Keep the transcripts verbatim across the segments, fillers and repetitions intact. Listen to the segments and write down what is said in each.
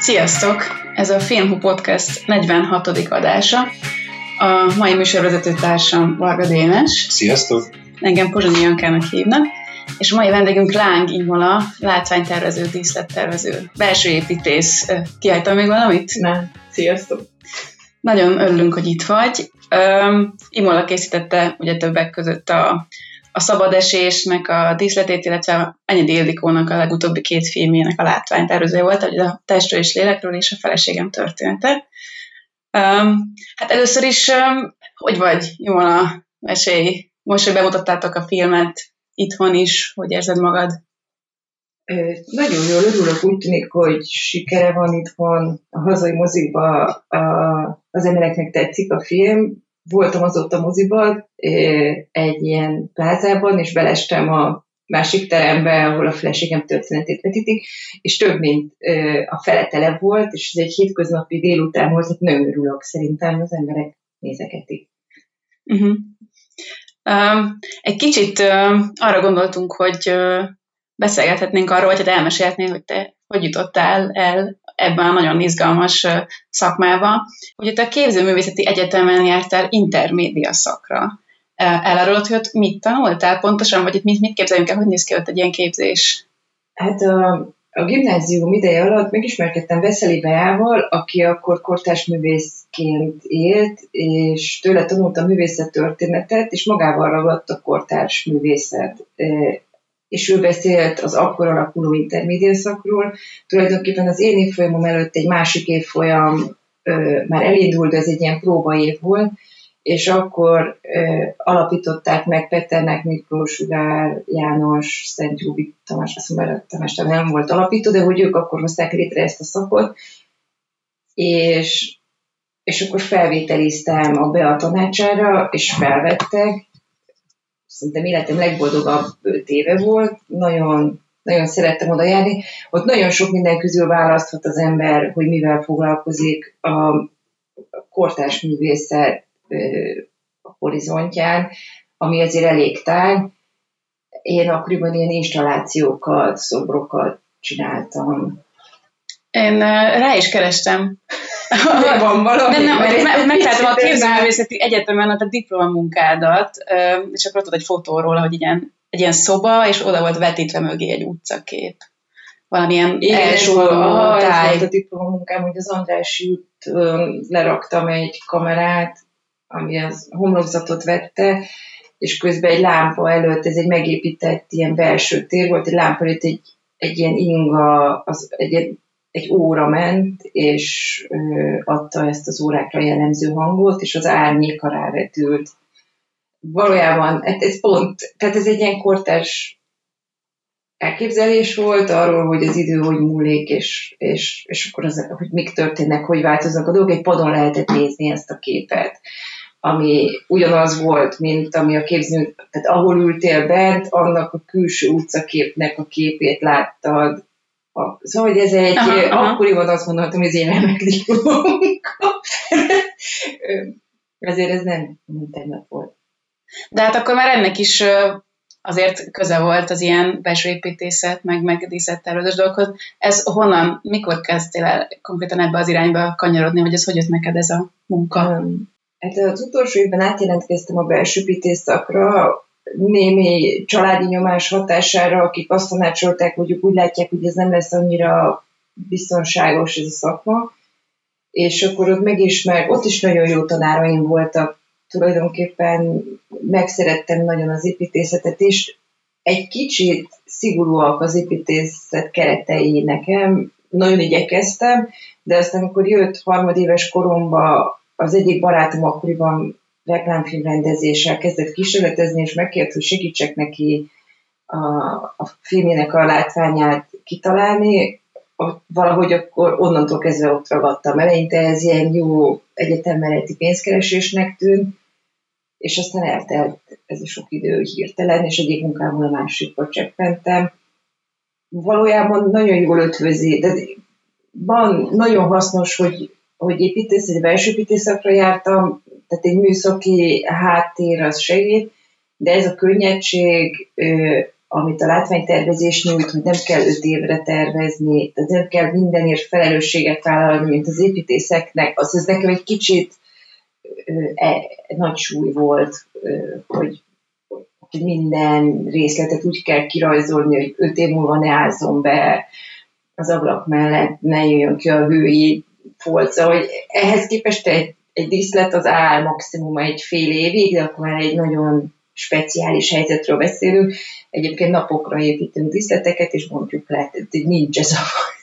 Sziasztok! Ez a Filmhu Podcast negyvenhatodik adása. A mai műsorvezető társam Varga Dénes. Sziasztok! Engem Pozsonyi Jankának hívnak. És a mai vendégünk Láng Imola, látványtervező, díszlettervező, belső építész. Kiálltam még valamit? Nem. Sziasztok! Nagyon örülünk, hogy itt vagy. Um, Imola készítette ugye többek között a, a Szabadesésnek a díszletét, illetve Enyedi Ildikónak a legutóbbi két filmjének a látványtervező volt, ugye a Testről és Lélekről és a Feleségem története. Um, hát először is, um, hogy vagy, Imola? Mesélj! Most, hogy bemutattátok a filmet itthon is, hogy érzed magad? Ö, nagyon jól örülök, úgy tűnik, hogy sikere van itthon, a hazai mozikban, a, az embereknek tetszik a film. Voltam azóta moziban, egy ilyen plázában, és belestem a másik terembe, ahol a Feleségem történetét vetítik, és több mint a fele tele volt, és ez egy hétköznapi délután volt, hogy nagyon örülök, szerintem az emberek nézegetik. Uh-huh. Um, egy kicsit uh, arra gondoltunk, hogy uh, beszélgethetnénk arról, hogy te elmesélhetnél, hogy te hogy jutottál el ebben a nagyon izgalmas uh, szakmába. Ugye te a Képzőművészeti Egyetemen jártál intermédia szakra. Uh, elárulod, hogy ott mit tanultál pontosan, vagy itt mit, mit képzeljünk el, hogy néz ki ott egy ilyen képzés? Hát a, a gimnázium ideje alatt megismerkedtem Veszeli Beával, aki akkor kortárs művészként élt, és tőle tanultam művészettörténetet, és magával ragadt a kortárs művészet. És ő beszélt az akkor alakuló intermédia szakról. Tulajdonképpen az én évfolyamom előtt egy másik évfolyam már elindult, de ez egy ilyen próbaév volt, és akkor ö, alapították meg Petternek, Miklós, Ugár, János, Szent Gyóbi, Tamás, azt mondom, Tamás nem volt alapító, de hogy ők akkor hozták létre ezt a szakot, és, és akkor felvételiztem a Bea tanácsára, és felvettek. Szerintem életem legboldogabb öt éve volt, nagyon, nagyon szerettem oda járni. Ott nagyon sok minden közül választhat az ember, hogy mivel foglalkozik a kortárs művészet a horizontján, ami azért elég tág. Én akkoriban ilyen installációkat, szobrokat csináltam. Én uh, rá is kerestem. Van valami. Nem, nem, meg, megtaláltam a Képzőművészeti Egyetemen a diplomamunkádat, uh, és akkor ott egy fotó róla, hogy ilyen, egy ilyen szoba, és oda volt vetítve mögé egy utcakép. Valamilyen elsőló táj. Ez a diplomamunkám, hogy az Andrássy úton leraktam egy kamerát, ami az homlokzatot vette, és közben egy lámpa előtt, ez egy megépített ilyen belső tér volt, egy lámpa előtt egy, egy ilyen inga, az, egy, egy óra ment, és ö, adta ezt az órákra jellemző hangot, és az árnyéka rávetült. Valójában ez pont, tehát ez egy ilyen kortárs elképzelés volt arról, hogy az idő hogy múlik, és, és, és akkor az, hogy mik történnek, hogy változnak a dolgok. Egy padon lehetett nézni ezt a képet, ami ugyanaz volt, mint ami a képző, tehát ahol ültél bent, annak a külső utcaképnek a képét láttad. A, szóval, hogy ez egy, aha, akkoriban azt mondhatom, hogy ez egy remek diplomunka. Ezért ez nem, nem tegnap volt. De hát akkor már ennek is azért köze volt az ilyen belső építészet, meg, meg díszlettervezős dolgokhoz. Ez honnan, mikor kezdtél el konkrétan ebbe az irányba kanyarodni, hogy ez hogy jött neked ez a munka? Um, hát az utolsó évben átjelentkeztem a belső építész szakra, némi családi nyomás hatására, akik azt tanácsolták, hogy úgy látják, hogy ez nem lesz annyira biztonságos ez a szakma, és akkor ott megismer, ott is nagyon jó tanáraim voltak, tulajdonképpen megszerettem nagyon az építészetet, és egy kicsit szigorúak az építészet keretei nekem, nagyon igyekeztem, de aztán amikor jött harmadéves koromban az egyik barátom akkoriban reklámfilmrendezéssel kezdett kísérletezni, és megkért, hogy segítsek neki a, a filmjének a látványát kitalálni, valahogy akkor onnantól kezdve ott ragadtam. Eleinte ez ilyen jó egyetemmeleti pénzkeresésnek tűnt, és aztán eltelt ez a sok idő hirtelen, és egyik munkámmal a másikba cseppentem. Valójában nagyon jól ötvözi, de van nagyon hasznos, hogy, hogy építész, egy belső építészakra jártam, tehát egy műszaki háttér az segít, de ez a könnyedség, amit a látványtervezés nyújt, hogy nem kell öt évre tervezni, tehát nem kell mindenért felelősséget vállalni, mint az építészeknek, az ez nekem egy kicsit e, nagy súly volt, hogy, hogy minden részletet úgy kell kirajzolni, hogy öt év múlva ne ázzon be az ablak mellett, ne jöjjön ki a hői folca, hogy ehhez képest egy, egy díszlet az áll maximum egy fél évig, de akkor már egy nagyon speciális helyzetről beszélünk. Egyébként napokra építünk díszleteket, és mondjuk le, hogy nincs ez a...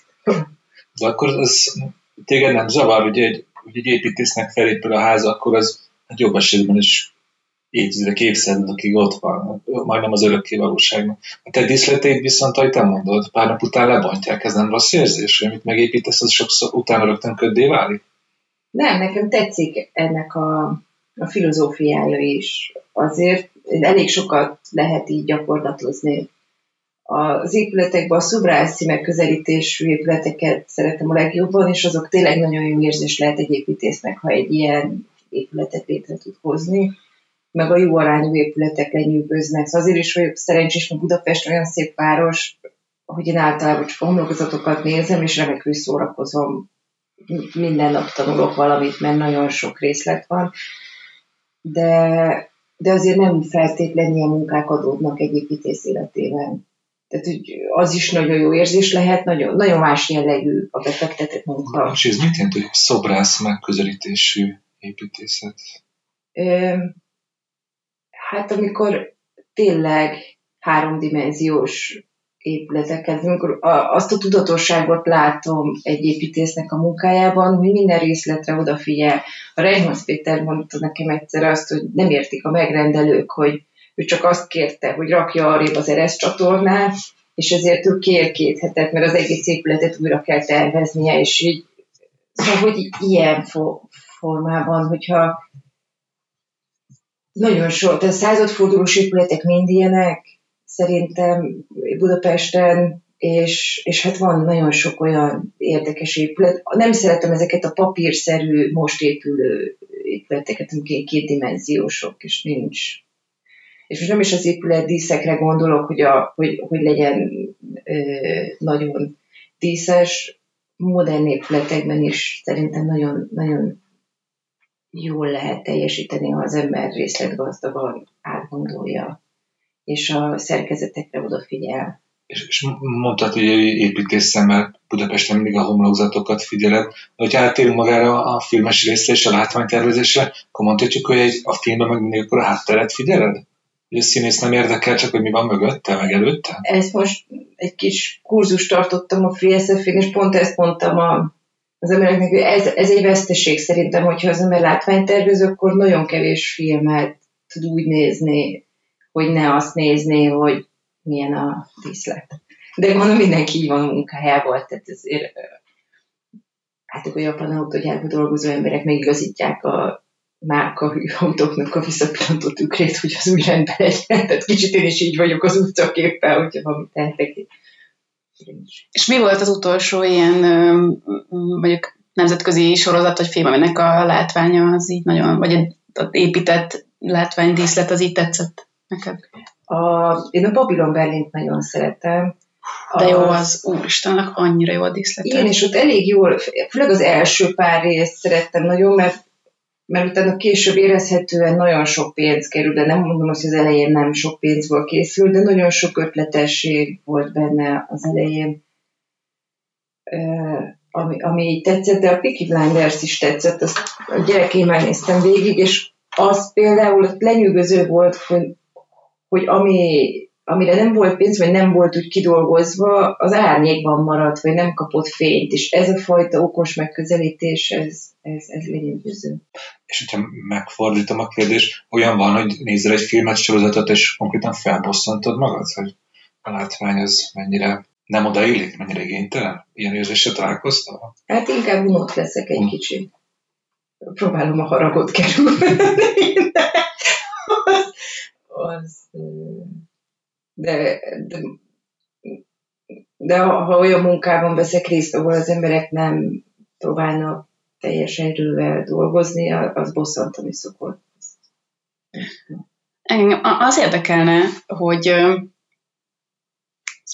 De akkor az téged nem zavar, hogy egy, hogy egy építésznek felépül a háza, akkor az hát jobb esetben is évtizedek, évszázadokig ott van, majdnem az örökké valóságban. A te díszleteid viszont, ahogy te mondod, pár nap után lebontják, ez nem rossz érzés, hogy amit megépítesz, az sokszor utána rögtön köddé válik? Nem, nekem tetszik ennek a, a filozófiája is. Azért elég sokat lehet így gyakorlatozni. Az épületekben a szubrászi megközelítésű épületeket szeretem a legjobban, és azok tényleg nagyon jó érzés lehet egy építésznek, ha egy ilyen épületet létre tud hozni, meg a jó arányú épületek lenyűgöznek. Szóval azért is vagyok szerencsés, mert Budapest olyan szép város, hogy én általában csak homlokzatokat nézem, és remekül szórakozom. Minden nap tanulok valamit, mert nagyon sok részlet van, de, de azért nem feltétlenül ilyen munkák adódnak egy építész életében. Tehát hogy az is nagyon jó érzés lehet, nagyon, nagyon más jellegű a befektetett munka. És ez mit jelent, hogy szobrász megközelítésű építészet? Ö, hát amikor tényleg háromdimenziós épületeket, amikor azt a tudatosságot látom egy építésznek a munkájában, hogy minden részletre odafigyel. A Reimers Péter mondta nekem egyszer azt, hogy nem értik a megrendelők, hogy ő csak azt kérte, hogy rakja arrébb az ereszcsatornát, és ezért ő kér két hetet, mert az egész épületet újra kell terveznie, és így, szóval, hogy ilyen fo- formában, hogyha nagyon sok, tehát századfordulós épületek mind ilyenek, szerintem Budapesten, és, és hát van nagyon sok olyan érdekes épület. Nem szeretem ezeket a papírszerű, most épülő épületeket, amik kétdimenziósok, és nincs. És most nem is az épület díszekre gondolok, hogy, a, hogy, hogy legyen ö, nagyon díszes, modern épületekben is szerintem nagyon, nagyon jól lehet teljesíteni, ha az ember részletgazdagon átgondolja, és a szerkezetekre odafigyel. És, és mondtad, hogy építész szemmel Budapesten mindig a homlokzatokat figyeled, de hogyha átérünk magára a filmes részre és a látványtervezésre, akkor mondhatjuk, hogy egy, a filmben meg mindig akkor a hátteret figyeled? Hogy a színész nem érdekel, csak hogy mi van mögötte, meg előtte? Ezt most egy kis kurzust tartottam a Free es ef-én, és pont ezt mondtam a, az embereknek, hogy ez, ez egy veszteség szerintem, hogyha az ember látványtervező, akkor nagyon kevés filmet tud úgy nézni, hogy ne azt nézné, hogy milyen a díszlet. De mondom, mindenki így van a munkájával, tehát ezért hát a japán autógyárban dolgozó emberek megigazítják a márka hűautóknak a visszapillantó tükrét, hogy az úgy rendben legyen. Tehát kicsit én is így vagyok az utcaképpel, hogyha valamit tehetek. És mi volt az utolsó ilyen mondjuk nemzetközi sorozat, vagy film, aminek a látványa az így nagyon, vagy az épített látványdíszlet az így tetszett neked? A, én a Babylon Berlint nagyon szeretem. De jó az, úristennek annyira jó a díszlet. Igen, és ott elég jól, főleg az első pár részt szerettem nagyon, mert, mert utána később érezhetően nagyon sok pénz kerül, de nem mondom azt, hogy az elején nem sok pénzből készül, de nagyon sok ötletesség volt benne az elején, ami, ami tetszett, de a Peaky Blinders is tetszett, azt a gyerekémmel néztem végig, és az például lenyűgöző volt, hogy, hogy ami, amire nem volt pénz, vagy nem volt úgy kidolgozva, az árnyékban maradt, vagy nem kapott fényt, és ez a fajta okos megközelítés, ez, ez, ez lenyűgöző. És hogyha megfordítom a kérdést, olyan van, hogy nézel egy filmet, sorozatot, és konkrétan felbosszantod magad, hogy a látvány az mennyire nem odaillik, mennyire igénytelen? Ilyen érzéssel találkoztál? Hát inkább unott leszek egy kicsit. Próbálom a haragot kerülni. az, az, de, de, de ha, ha olyan munkában veszek részt, ahol az emberek nem próbálnak teljes erővel dolgozni, az bosszantani szokott. Engem az érdekelne, hogy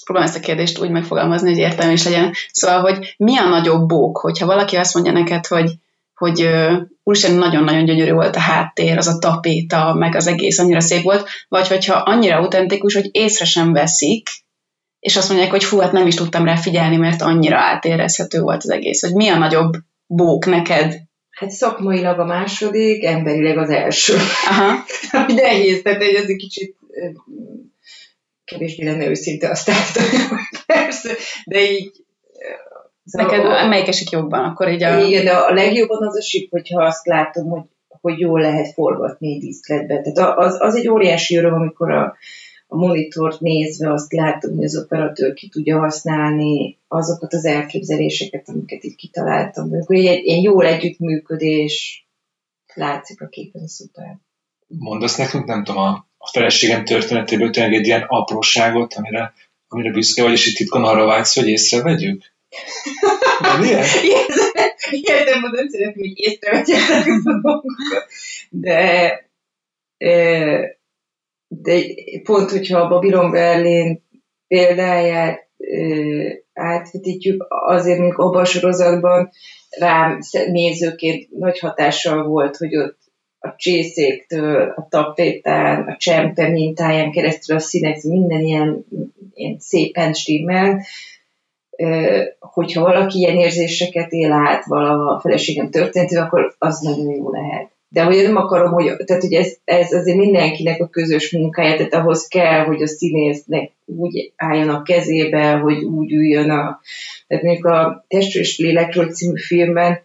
próbálom ezt a kérdést úgy megfogalmazni, hogy értelme is legyen. Szóval, hogy mi a nagyobb bók, hogyha valaki azt mondja neked, hogy, hogy uh, úristen, nagyon-nagyon gyönyörű volt a háttér, az a tapéta, meg az egész annyira szép volt, vagy hogyha annyira autentikus, hogy észre sem veszik, és azt mondják, hogy fú, hát nem is tudtam rá figyelni, mert annyira átérezhető volt az egész. Hogy mi a nagyobb bók neked? Hát szakmailag a második, emberileg az első. Aha. Ami nehéz, tehát ez egy kicsit kevésbé lenne őszinte azt állítani, persze, de így... Neked a, melyik esik jobban? Akkor így a... Igen, de a legjobban az a síp, hogyha azt látom, hogy, hogy jól lehet forgatni egy díszletbe. Tehát az, az egy óriási öröm, amikor a, a monitort nézve azt látom, hogy az operatőr ki tudja használni azokat az elképzeléseket, amiket itt kitaláltam. Amikor egy ilyen jól együttműködés látszik a képen, szuper. Mondasz nekünk, nem tudom, a, a feleségem történetéből tényleg egy ilyen apróságot, amire, amire büszke vagy, és itt titkon arra vágysz, hogy észrevegyük? Nem ilyen? Ilyen nem mondom, szeretném, hogy észrevegyetek a dolgokat. De, de pont, hogyha a Babylon Berlin példáját átvetítjük, azért még abban a sorozatban rám nézőként nagy hatással volt, hogy ott a csészéktől, a tapétán, a csempe mintáján keresztül a színek, minden ilyen, ilyen szépen stimmel. Hogyha valaki ilyen érzéseket él át valaha a feleségem történetében, akkor az nagyon jó lehet. De hogy nem akarom, hogy, tehát, hogy ez, ez azért mindenkinek a közös munkája, tehát ahhoz kell, hogy a színésznek úgy álljon a kezébe, hogy úgy üljön a... Tehát mondjuk a Testről és Lélekről című filmben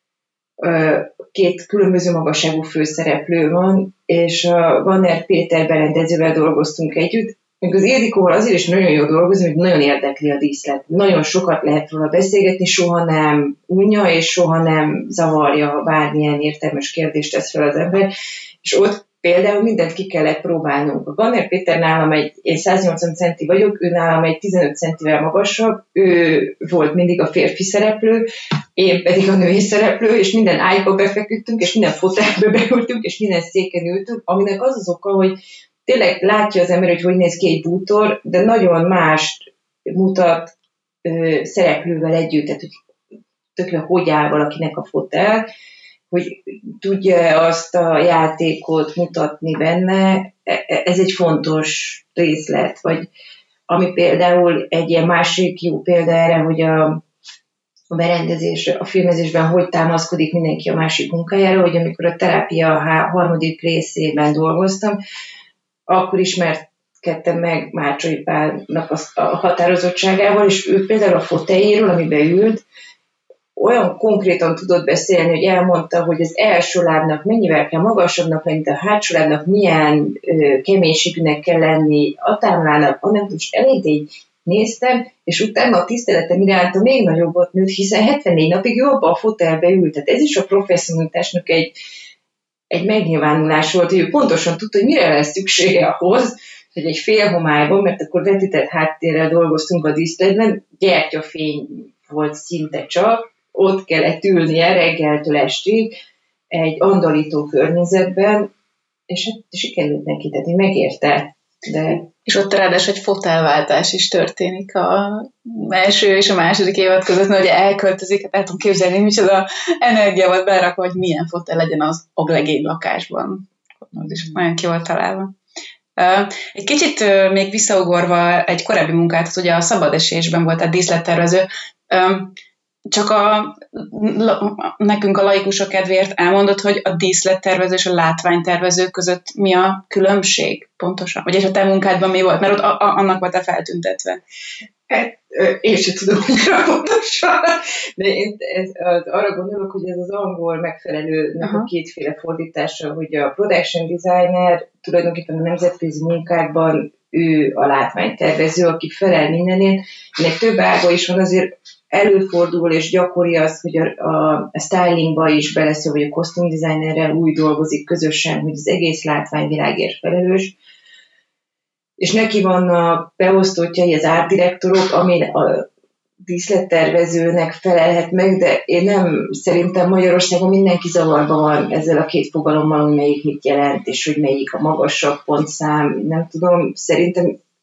két különböző magasságú főszereplő van, és a Vanner Péter berendezővel dolgoztunk együtt. Még az Ildikóval azért is nagyon jól dolgozni, hogy nagyon érdekli a díszlet. Nagyon sokat lehet róla beszélgetni, soha nem unja, és soha nem zavarja, ha bármilyen értelmes kérdést tesz fel az ember. És ott például mindent ki kellett próbálnunk. A Vanner Péter nálam egy, én száznyolcvan centi vagyok, ő nálam egy tizenöt centivel magasabb, ő volt mindig a férfi szereplő, én pedig a női szereplő, és minden ágyba befeküdtünk, és minden fotelbe beültünk, és minden széken ültünk, aminek az az oka, hogy tényleg látja az ember, hogy hogy néz ki egy bútor, de nagyon mást mutat ö, szereplővel együtt, tehát hogy tökre hogy áll valakinek a fotel, hogy tudja azt a játékot mutatni benne, ez egy fontos részlet, vagy ami például egy ilyen másik jó példa erre, hogy a, a berendezés, a filmezésben hogy támaszkodik mindenki a másik munkájára, hogy amikor a terápia harmadik részében dolgoztam, akkor ismerkedtem meg Mácsai Pálnak a határozottságával, és ő például a foteljéről, amiben ült, olyan konkrétan tudott beszélni, hogy elmondta, hogy az első lábnak mennyivel kell magasabbnak lenni, a hátsó lábnak milyen ö, keménységűnek kell lenni, a támlának, a nem tudom, és elég így néztem, és utána a tiszteletem iránta még nagyobbat nőtt, hiszen hetvennégy napig ő abba a fotelbe ült. Tehát ez is a professzionalitásnak egy egy megnyilvánulás volt, hogy ő pontosan tudta, hogy mire lesz szüksége ahhoz, hogy egy fél homályban, mert akkor vetített háttérrel dolgoztunk a díszletben, gyertyafény volt szinte csak, ott kellett ülnie reggeltől estig egy andalító környezetben, és hát sikerült neki, tehát megérte. De... És ott ráadásul egy fotelváltás is történik a első és a második évad között, hogy elköltözik, hát el tudom képzelni, micsoda energia volt berakva, hogy milyen fotel legyen az aglegény lakásban. Az is nagyon ki volt találva. Egy kicsit még visszaugorva egy korábbi munkát, ugye a szabadesésben volt a díszlettervező, csak a, nekünk a laikusok kedvéért elmondod, hogy a díszlettervező és a látványtervező között mi a különbség pontosan? Vagy és a te munkádban mi volt? Mert ott a, a, annak volt-e feltüntetve? Hát, én sem tudom, hogy pontosan, de én ez, az, arra gondolok, hogy ez az angol megfelelőnek Aha. a kétféle fordítása, hogy a production designer tulajdonképpen a nemzetközi munkákban ő a látványtervező, aki felel mindenért. Ennek több ága is van, azért előfordul és gyakori az, hogy a, a, a stylingba is beleszól, vagy a costume designerrel úgy dolgozik közösen, hogy az egész látványvilágért felelős. És neki vannak beosztottjai, az ártdirektorok, ami a díszlettervezőnek felelhet meg, de én nem, szerintem Magyarországon mindenki zavarban van ezzel a két fogalommal, hogy melyik mit jelent, és hogy melyik a magasabb pontszám, nem tudom, szerintem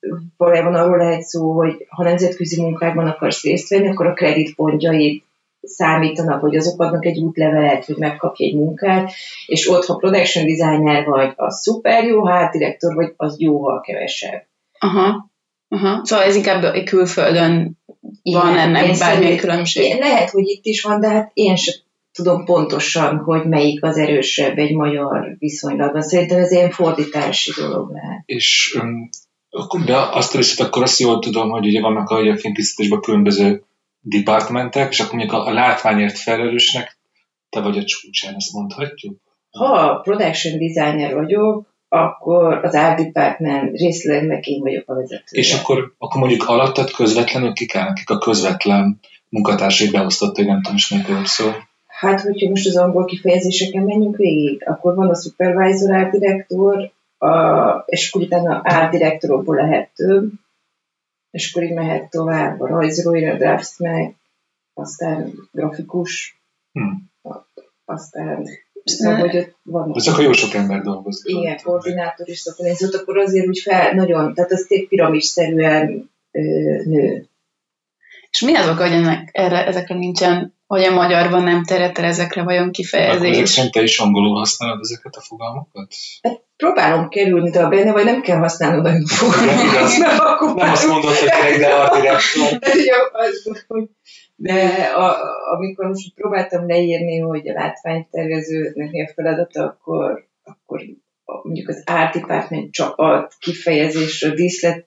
valójában arról lehet szó, hogy ha nemzetközi munkákban akarsz részt venni, akkor a kreditpontjaid számítanak, hogy azok adnak egy útlevelet, hogy megkapj egy munkát, és ott, ha production designer vagy, az szuper jó, ha ártdirektor vagy, az jóval kevesebb. Aha. Aha. Szóval ez inkább egy külföldön van igen, ennek bármilyen különbség. Lehet, hogy itt is van, de hát én sem tudom pontosan, hogy melyik az erősebb egy magyar viszonylatban. Szerintem ez ilyen fordítási dolog lehet. És um, de azt részét akkor azt jól tudom, hogy ugye vannak a filmkészítésben különböző departmentek, és akkor mondjuk a, a látványért felelősnek te vagy a csúcsán, ezt mondhatjuk? Ha production designer vagyok, akkor az art department részlegnek én vagyok a vezetője. És akkor, akkor mondjuk alattad közvetlenül kik állnak, kik a közvetlen munkatársai beosztott, hogy nem tudom is melyik szó. Hát, hogyha most az angol kifejezéseken menjünk végig, akkor van a supervisor art director, a, és akkor utána art directorokból lehet több, és akkor így mehet tovább a rajzolói, a draftsman, aztán grafikus, hmm. aztán szóval, hogy ott van. Ez akkor jó sok ember dolgozik. Igen, koordinátor is szokta nézni, akkor azért úgy fel nagyon, tehát az tényleg piramisszerűen ö, nő. És mi az oka, hogy ennek, erre, ezekre nincsen, hogy a magyarban nem terjedt el ezekre vajon kifejezés? Akkor ezek szerint te is angolul használod ezeket a fogalmakat? Hát próbálom kerülni de benne, vagy nem kell használnod a fogalmakat. Nem, nem, nem azt mondod, hogy te ide a direktor. De a, amikor most próbáltam leírni, hogy a látványtervezőnek mi a feladata, akkor, akkor mondjuk az art department csapat kifejezésről, díszlet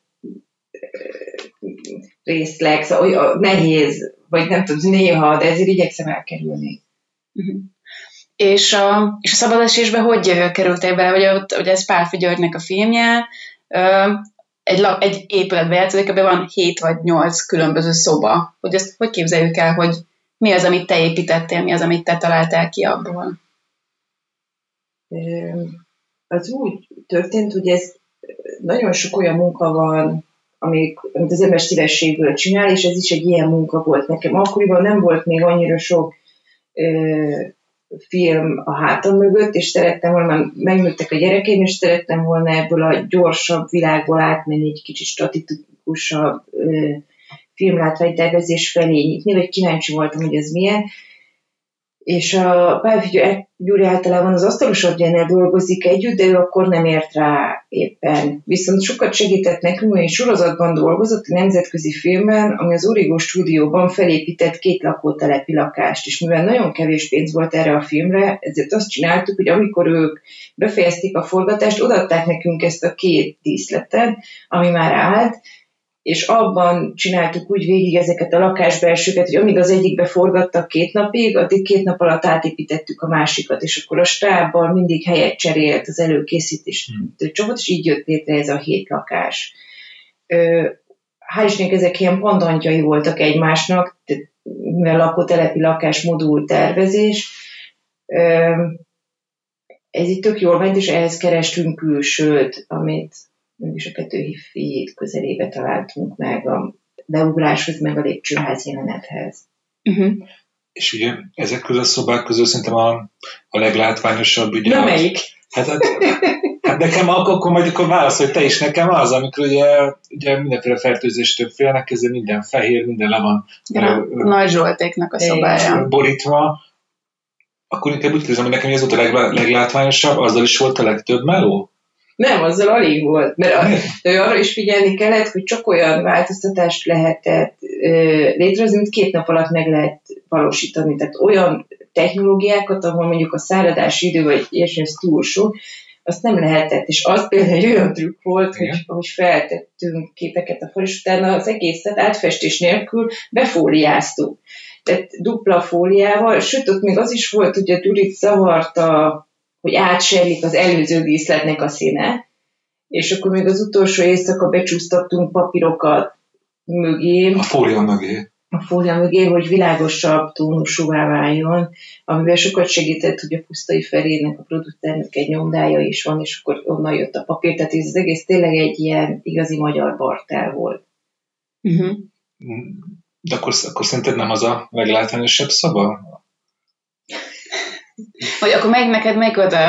részleg, szóval nehéz, vagy nem tudom, néha, de ezért igyekszem elkerülni. Uh-huh. És, a, és a szabadesésbe hogy kerültél bele, hogy ott, ugye ez Pálffy Györgynek a filmje, egy, egy épületbe játszódik, ebben van hét vagy nyolc különböző szoba. Hogy ezt hogy képzeljük el, hogy mi az, amit te építettél, mi az, amit te találtál ki abból? Az úgy történt, hogy ez nagyon sok olyan munka van, amik, amit az ember szívességből csinál, és ez is egy ilyen munka volt nekem. Akkoriban nem volt még annyira sok ö, film a hátam mögött, és szerettem volna, megnőttek a gyerekeim, és szerettem volna ebből a gyorsabb világból átmenni egy kicsit statikusabb filmlátványtervezés felé nyitni, vagy kíváncsi voltam, hogy ez milyen. És a Pálffy Gyuri általában az asztalos adjánál dolgozik együtt, de ő akkor nem ért rá éppen. Viszont sokat segített nekünk, hogy egy sorozatban dolgozott, a nemzetközi filmben, ami az Origo stúdióban felépített két lakótelepi lakást. És mivel nagyon kevés pénz volt erre a filmre, ezért azt csináltuk, hogy amikor ők befejezték a forgatást, odaadták nekünk ezt a két díszletet, ami már állt, és abban csináltuk úgy végig ezeket a lakásbelsőket, hogy amíg az egyikbe forgattak két napig, addig két nap alatt átépítettük a másikat, és akkor a stábbal mindig helyet cserélt az előkészítés hmm. csapat, és így jött létre ez a hét lakás. Hál' Istennek ezek ilyen pandantjai voltak egymásnak, mivel lakótelepi lakás modul tervezés. Ez így tök jól ment, és ehhez kerestünk külsőt, amit mégis a Petőfi híd közelébe találtunk meg a beugráshoz, meg a lépcsőház jelenethez. Uh-huh. És ugye ezek közül a szobák közül szerintem a, a leglátványosabb ugye... Na melyik? Hát, hát, hát nekem akkor majd akkor válaszolj te is nekem az, amikor ugye, ugye mindenféle fertőzéstől félnek, ezzel minden fehér, minden le van ja, ö, Nagy Zsoltéknak a szobája. Borítva. Akkor inkább úgy kérdezem, hogy nekem ez volt a leg, leglátványosabb, azzal is volt a legtöbb meló? Nem, azzal alig volt, mert a, de arra is figyelni kellett, hogy csak olyan változtatást lehetett ö, létrehozni, mint két nap alatt meg lehet valósítani. Tehát olyan technológiákat, ahol mondjuk a száradási idő, vagy ilyesmi, ez túl sok, azt nem lehetett. És az például egy olyan trükk volt, hogy, hogy feltettünk képeket a fal, és utána az egészet átfestés nélkül befóliáztuk. Tehát dupla fóliával, sőt, ott még az is volt, hogy a Gyurit zavarta, hogy átsejlik az előző díszletnek a színe, és akkor még az utolsó éjszaka becsúsztattunk papírokat mögé. A fólia mögé. A fólia mögé, hogy világosabb tónusúvá váljon, amivel sokat segített, hogy a Pusztai Ferének, a producernek egy nyomdája is van, és akkor onnan jött a papír, tehát ez az egész tényleg egy ilyen igazi magyar bartál volt. Uh-huh. De akkor, akkor szerinted nem az a leglátványosabb szoba? Vagy akkor meg neked melyik volt a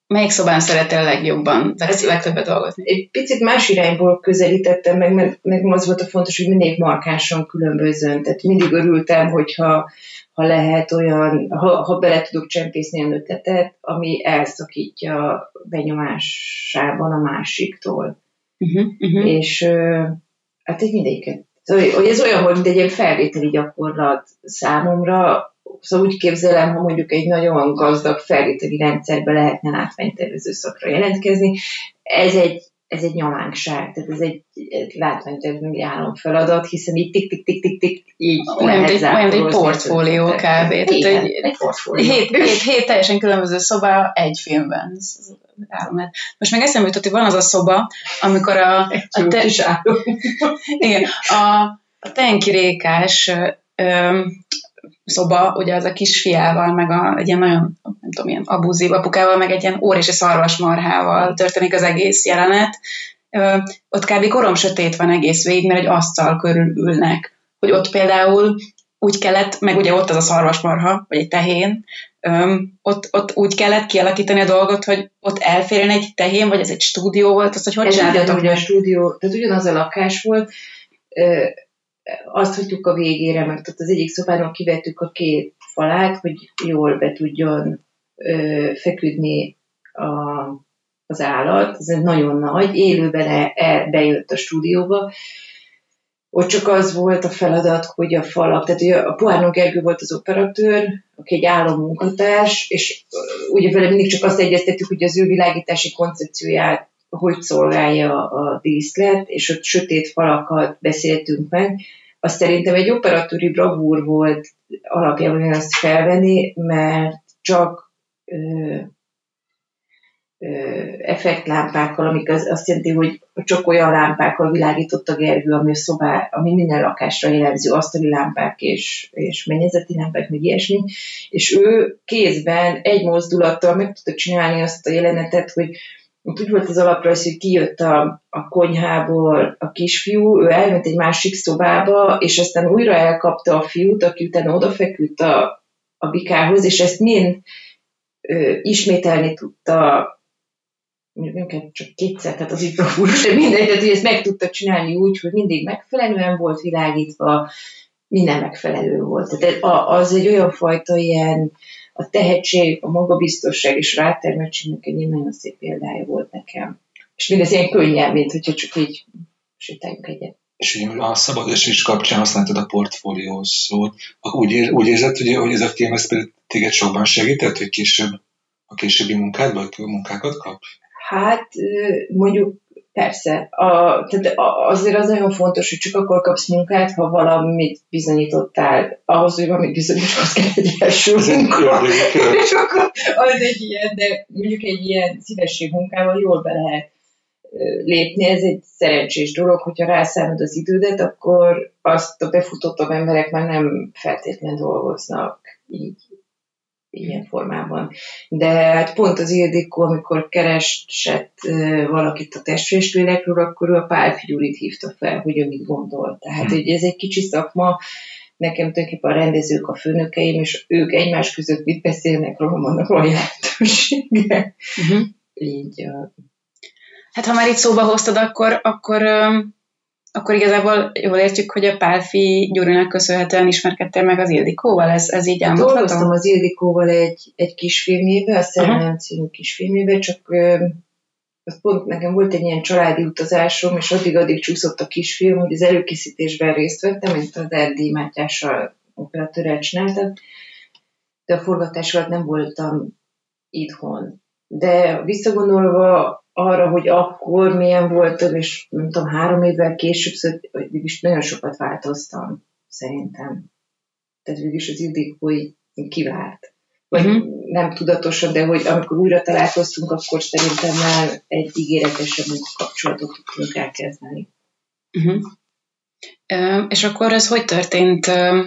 melyik szobán szeretél legjobban, Ez legtöbbet dolgozni? Egy picit más irányból közelítettem meg, mert nekem az volt a fontos, hogy mindig markánsan különbözön. Tehát mindig örültem, hogyha ha lehet olyan, ha, ha bele tudok csempészni olyan ötletet, ami elszakítja benyomásában a másiktól. Uh-huh, uh-huh. És hát egy mindegyiket. Szóval, ez olyan volt, mint egy ilyen felvételi gyakorlat számomra. Szóval úgy képzelem, ha mondjuk egy nagyon gazdag felvételi rendszerbe lehetne látványtervező szakra jelentkezni, ez egy, ez egy nyalánkság, tehát ez egy, egy látványtervezői államfeladat, hiszen így tik-tik-tik-tik-tik így olyan, egy, olyan egy portfólió kb. Tehát egy, egy, egy portfólió. Hét, hét, hét teljesen különböző szoba egy filmben. Ez, ez állam. Most meg eszembe jutott, hogy van az a szoba, amikor a... a te, is igen, a, a Tenki Rékás ö, szoba, ugye az a kisfiával, meg a, egy ilyen nagyon, nem tudom, ilyen abúzív apukával, meg egy ilyen óriási szarvasmarhával történik az egész jelenet. Ö, ott kb. Korom sötét van egész végig, mert egy asztal körül ülnek. Hogy ott például úgy kellett, meg ugye ott az a szarvasmarha, vagy egy tehén, öm, ott, ott úgy kellett kialakítani a dolgot, hogy ott elférjen egy tehén, vagy ez egy stúdió volt, azt, hogy hogy csináltatok? Ez ugyan a stúdió, tehát ugyanaz a lakás volt, ö, azt hagytuk a végére, mert ott az egyik szobának kivettük a két falát, hogy jól be tudjon ö, feküdni a, az állat. Ez nagyon nagy, élőben el, bejött a stúdióba. Ott csak az volt a feladat, hogy a falak, tehát ugye a Pohárnok Gergő volt az operatőr, aki egy álló munkatárs, és ugye vele mindig csak azt egyeztettük, hogy az ő világítási koncepcióját hogy szolgálja a díszlet, és ott sötét falakat beszéltünk meg. Azt szerintem egy operatőri bravúr volt alapjában azt felvenni, mert csak ö, ö, effektlámpákkal, amik az, azt jelenti, hogy csak olyan lámpákkal világított a Gergő, ami, a szobá, ami minden lakásra jellemző, asztali lámpák és, és mennyezeti lámpák, meg ilyesmi, és ő kézben egy mozdulattal meg tudta csinálni azt a jelenetet, hogy úgy volt az alaprajz, hogy kijött a, a konyhából a kisfiú, ő elment egy másik szobába, és aztán újra elkapta a fiút, aki utána odafeküdt a, a bikához, és ezt mind ö, ismételni tudta, mondjuk csak kétszer, tehát az így bravúros, de mindegy, tehát hogy ezt meg tudta csinálni úgy, hogy mindig megfelelően volt világítva, minden megfelelő volt. Tehát az egy olyan fajta ilyen, a tehetség, a magabiztosság és rátermettségnek egy nagyon szép példája volt nekem. És mindez ilyen könnyen, mint hogyha csak így sétáljunk egyet. És ugye a szabadesés kapcsán használtad a portfólió szót. Úgy, ér, úgy érzed, hogy, hogy ez a film ez például téged sokban segített, hogy később a későbbi munkádban, vagy munkákat kap? Hát mondjuk persze. A, tehát azért az nagyon fontos, hogy csak akkor kapsz munkát, ha valamit bizonyítottál. Ahhoz, hogy valamit bizonyíthatsz, kell egy első munka. És akkor az egy ilyen, de mondjuk egy ilyen szívesség munkával jól be lehet lépni. Ez egy szerencsés dolog, hogyha rászánod az idődet, akkor azt a befutottabb emberek már nem feltétlenül dolgoznak így. Ilyen formában. De hát pont az Ildikó, amikor keresett valakit a testvérlélekről, akkor ő a Pál Figyurit hívta fel, hogy ő mit gondol. Tehát, hogy ez egy kicsi szakma, nekem tulajdonképpen a rendezők a főnökeim, és ők egymás között mit beszélnek róla, annak olyan jelentősége. Uh-huh. Így. Uh... Hát ha már itt szóba hoztad, akkor, akkor um... akkor igazából jól értjük, hogy a Pálffy Gyurinak köszönhetően ismerkedtél meg az Ildikóval, ez, ez így elmondható? Dolgoztam az Ildikóval egy, egy kisfilmjébe, a Szerelem című kisfilmjébe, csak ö, az pont nekem volt egy ilyen családi utazásom, és addig-addig csúszott a kisfilm, hogy az előkészítésben részt vettem, mint az Erdélyi Mátyással operatőrrel csináltam, de a forgatás alatt nem voltam itthon. De visszagondolva arra, hogy akkor milyen voltam, és nem tudom, három évvel később, szóval végülis nagyon sokat változtam, szerintem. Tehát végülis az Ildikó kivárt. Vagy uh-huh. nem tudatosan, de hogy amikor újra találkoztunk, akkor szerintem már egy ígéretesebb munkakapcsolatot tudtunk elkezdeni. Uh-huh. Uh, és akkor ez hogy történt? Uh,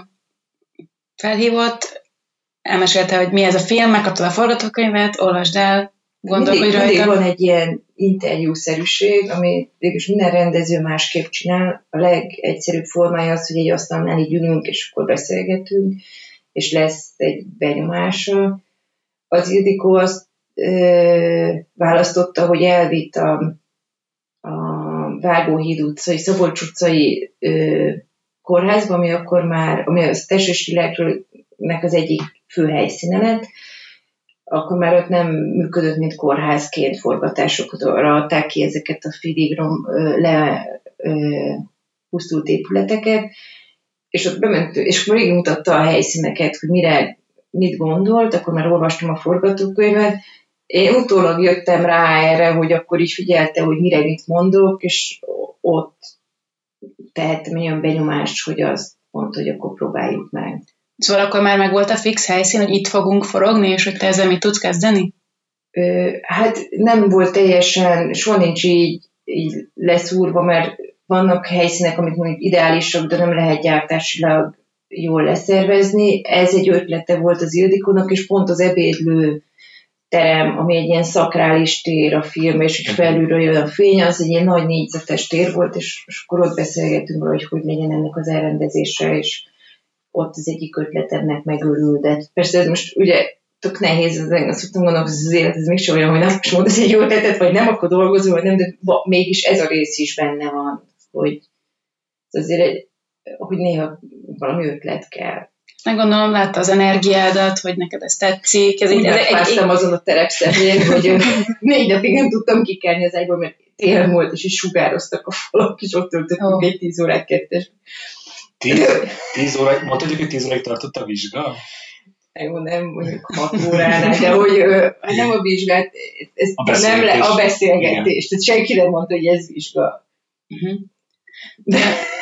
felhívott, elmesélte, hogy mi ez a film, megkaptad a forgatókönyvet, olvasd el, gondolkodj mindig, rajta. Mindig van egy ilyen interjúszerűség, ami végülis minden rendező másképp csinál. A legegyszerűbb formája az, hogy egy asztalnál így ülünk, és akkor beszélgetünk, és lesz egy benyomása. Az Ildikó azt ö, választotta, hogy elvitt a, a Vágóhíd utcai, Szabolcs utcai ö, kórházba, ami akkor már, ami a Testes világnak az egyik fő helyszíne lett, akkor már ott nem működött, mint kórházként, forgatásokra adták ki ezeket a félig rom, le ö, pusztult épületeket, és ott bement, és akkor végig mutatta a helyszíneket, hogy mire, mit gondolt, akkor már olvastam a forgatókönyvet. Én utólag jöttem rá erre, hogy akkor is figyelte, hogy mire mit mondok, és ott tehettem olyan benyomást, hogy azt mondta, hogy akkor próbáljuk meg. Szóval akkor már meg volt a fix helyszín, hogy itt fogunk forogni, és hogy te ezzel mit tudsz kezdeni? Ö, hát nem volt teljesen, soha nincs így, így leszúrva, mert vannak helyszínek, amik mondjuk ideálisak, de nem lehet gyártásilag jól leszervezni. Ez egy ötlete volt az Ildikónak, és pont az ebédlő terem, ami egy ilyen szakrális tér a film, és hogy felülről jön a fény, az egy ilyen nagy négyzetes tér volt, és, és akkor ott beszélgetünk róla, hogy hogy legyen ennek az elrendezése, és ott az egyik ötletemnek megörül, de persze ez most ugye tök nehéz, azt szoktam gondolni, hogy az élet, ez mégsem olyan, hogy nem most mondasz egy jó ötletet, vagy nem, akkor dolgozol, vagy nem, de mégis ez a rész is benne van, hogy azért egy, hogy néha valami ötlet kell. Meg gondolom, látta az energiádat, hogy neked ez tetszik. Ez Úgy megfáztam azon a terepszerűen, hogy négy napig nem tudtam kikelni az ágyból, mert tél volt, és is sugároztak a falak, és ott töltöttünk oh. egy tíz órát kettes. Tíz, tíz óráig, mondtad, hogy tíz óráig tartott a vizsga? Jó, nem mondjuk hat óránál, de hogy nem a vizsgát, ez a beszélgetés. Nem le, a beszélgetés. Tehát senki nem mondta, hogy ez vizsga. Uh-huh. De,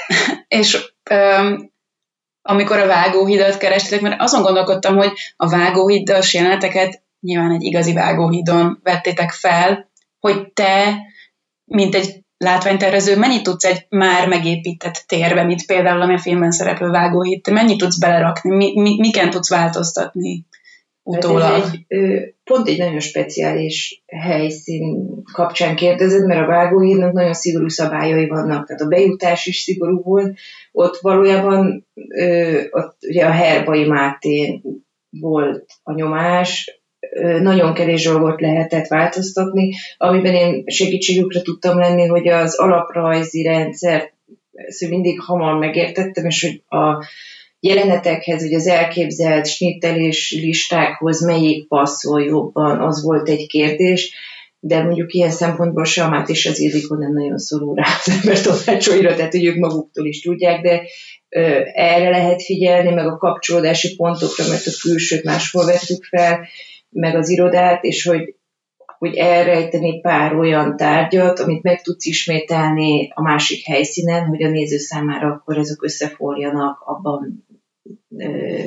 és um, amikor a Vágóhidat kerestétek, mert azon gondolkodtam, hogy a Vágóhidas jeleneteket nyilván egy igazi Vágóhidon vettétek fel, hogy te, mint egy látványtervező, mennyit tudsz egy már megépített térbe, mint például ami a filmben szereplő Vágóhíd, te mennyit tudsz belerakni, mi, mi, miken tudsz változtatni utólag? Egy, pont egy nagyon speciális helyszín kapcsán kérdezed, mert a Vágóhídnak nagyon szigorú szabályai vannak, tehát a bejutás is szigorú volt, ott valójában ott ugye a Herbai Mátén volt a nyomás, nagyon kevés dolgot lehetett változtatni, amiben én segítségükre tudtam lenni, hogy az alaprajzi rendszer szóval mindig hamar megértettem, és hogy a jelenetekhez, hogy az elképzelt snittelés listákhoz melyik passzol jobban, az volt egy kérdés, de mondjuk ilyen szempontból se a Máté és az Ildikó nem nagyon szorul rá az ember tanácsaira, tehát hogy ők maguktól is tudják, de ö, erre lehet figyelni, meg a kapcsolódási pontokra, mert a külsőt máshol vettük fel, meg az irodát, és hogy, hogy elrejteni pár olyan tárgyat, amit meg tudsz ismételni a másik helyszínen, hogy a néző számára akkor ezek összeforjanak, abban ö,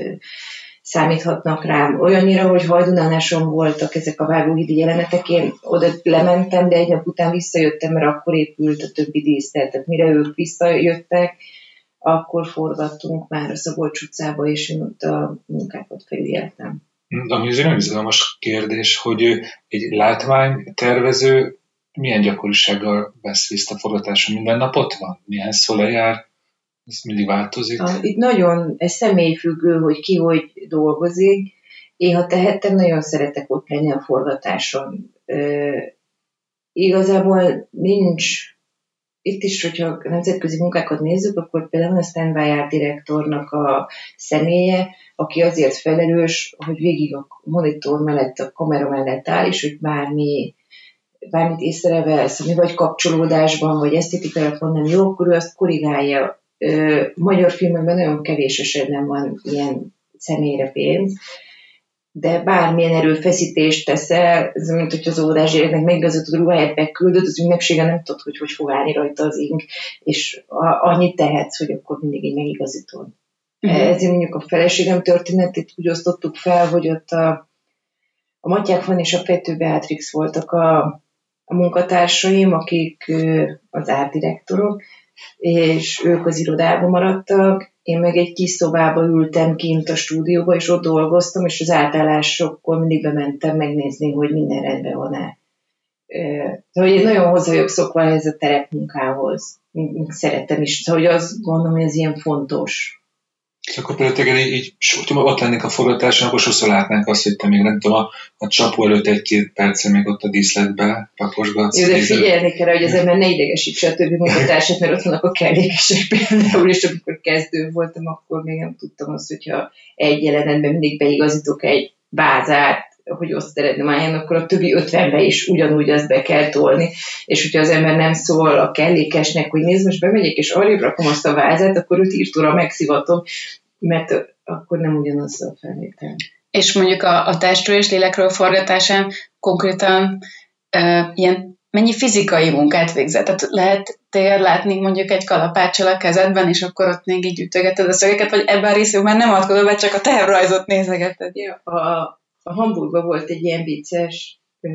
számíthatnak rám. Olyannyira, hogy Hajdunánáson voltak ezek a Vágóhídi jelenetek, én oda lementem, de egy nap után visszajöttem, mert akkor épült a többi díszlet. Tehát mire ők visszajöttek, akkor forgattunk már a Szabolcs utcába, és én ott a munkákat felügyeltem. Ami azért nagyon izgalmas kérdés, hogy egy látványtervező milyen gyakorisággal vesz részt a forgatáson? Minden nap ott van? Milyen szó lejár? Ez mindig változik? A, itt nagyon, ez személyfüggő, hogy ki hogy dolgozik. Én, ha tehettem, nagyon szeretek ott lenni a forgatáson. E, igazából nincs, itt is, hogyha nemzetközi munkákat nézzük, akkor például a standby art direktornak a személye, aki azért felelős, hogy végig a monitor mellett, a kamera mellett áll, és hogy bármi, bármit észrevesz, ami vagy kapcsolódásban, vagy esztétikailag nem jó, akkor ő azt korrigálja. Magyar filmekben nagyon kevés esetben van ilyen személyre pénz, de bármilyen erőfeszítést teszel, ez mint hogy az óvodás gyereknek megigazítod ruháját beküldöd, az ünnepségen nem tudod, hogy hogy fog állni rajta az ink, és a, annyit tehetsz, hogy akkor mindig így megigazítod. Uh-huh. Ezért mondjuk a feleségem történetét úgy osztottuk fel, hogy ott a, a Mattyák Fanni és a Pető Beatrix voltak a, a munkatársaim, akik az árdirektorok, és ők az irodában maradtak, én meg egy kis szobába ültem kint a stúdióba, és ott dolgoztam, és az átállásokkor mindig bementem megnézni, hogy minden rendben van-e. Szóval én nagyon hozzá vagyok szokva ez a terepmunkához. Szeretem is. Szóval azt gondolom, hogy ez ilyen fontos. És akkor például téged így, így hogyha ott lennék a forgatáson, akkor sokszor látnánk azt, hogy te még nem tudom, a, a csapó előtt egy-két percen még ott a díszletbe paposgatsz. Jó, de figyelni kell, hogy az ember ne idegesítse a többi munkatársat, mert ott vannak a kellékesek például, és amikor kezdő voltam, akkor még nem tudtam azt, hogyha egy jelenetben mindig beigazítok egy bázát, hogy azt szeretném álljon, akkor a többi ötvenbe is ugyanúgy azt be kell tolni, és hogyha az ember nem szól a kellékesnek, hogy nézd, most bemegyek, és arrébb rakom azt a vázát, akkor őt írtóra megszivatom, mert akkor nem ugyanaz a felvétel. És mondjuk a, a testről és lélekről forgatásán konkrétan uh, ilyen mennyi fizikai munkát végzett? Tehát lehet téged látni mondjuk egy kalapáccsal a kezedben, és akkor ott még így ütögeted a szögeket, vagy ebben a részben már nem adkodod be, csak a tervrajzot nézegeted. Ja, a A Hamburgban volt egy ilyen vicces ö,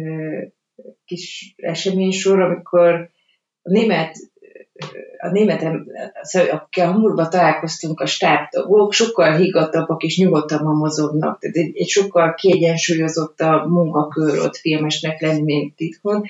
kis eseménysor, amikor a német, a németem, szóval akikkel Hamburgban találkoztunk, a stábtagok sokkal higgadtabbak és nyugodtabban mozognak. Tehát egy, egy sokkal kiegyensúlyozottabb munkakör ott filmesnek lenni, mint itthon.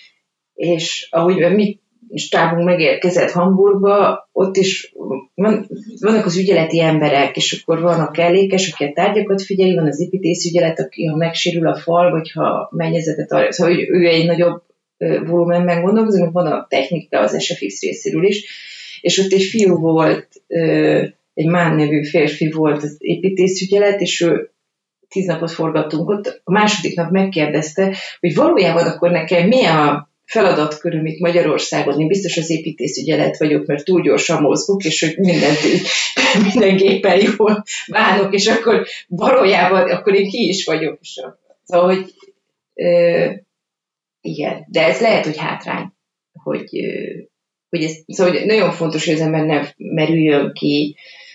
És ahogy mi stábunk megérkezett Hamburgba, ott is van, vannak az ügyeleti emberek, és akkor van a kellékes, aki a tárgyakat figyeli, van az építészügyelet, aki ha megsérül a fal, vagy ha mennyezetet arra, szóval ő egy nagyobb volumenben gondolkozik, van a technika az es ef iksz részéről is, és ott egy fiú volt, egy Mán nevű férfi volt az építészügyelet, és ő tíz napot forgattunk ott, a második nap megkérdezte, hogy valójában akkor nekem mi a feladatköröm itt Magyarországon, én biztos az építészügyelet vagyok, mert túl gyorsan mozgok, és hogy mindent, minden géppel jól bánok, és akkor valójában akkor én ki is vagyok. Szóval, hogy euh, igen, de ez lehet, hogy hátrány, hogy, euh, hogy ez, szóval hogy nagyon fontos, hogy az ember ne merüljön ki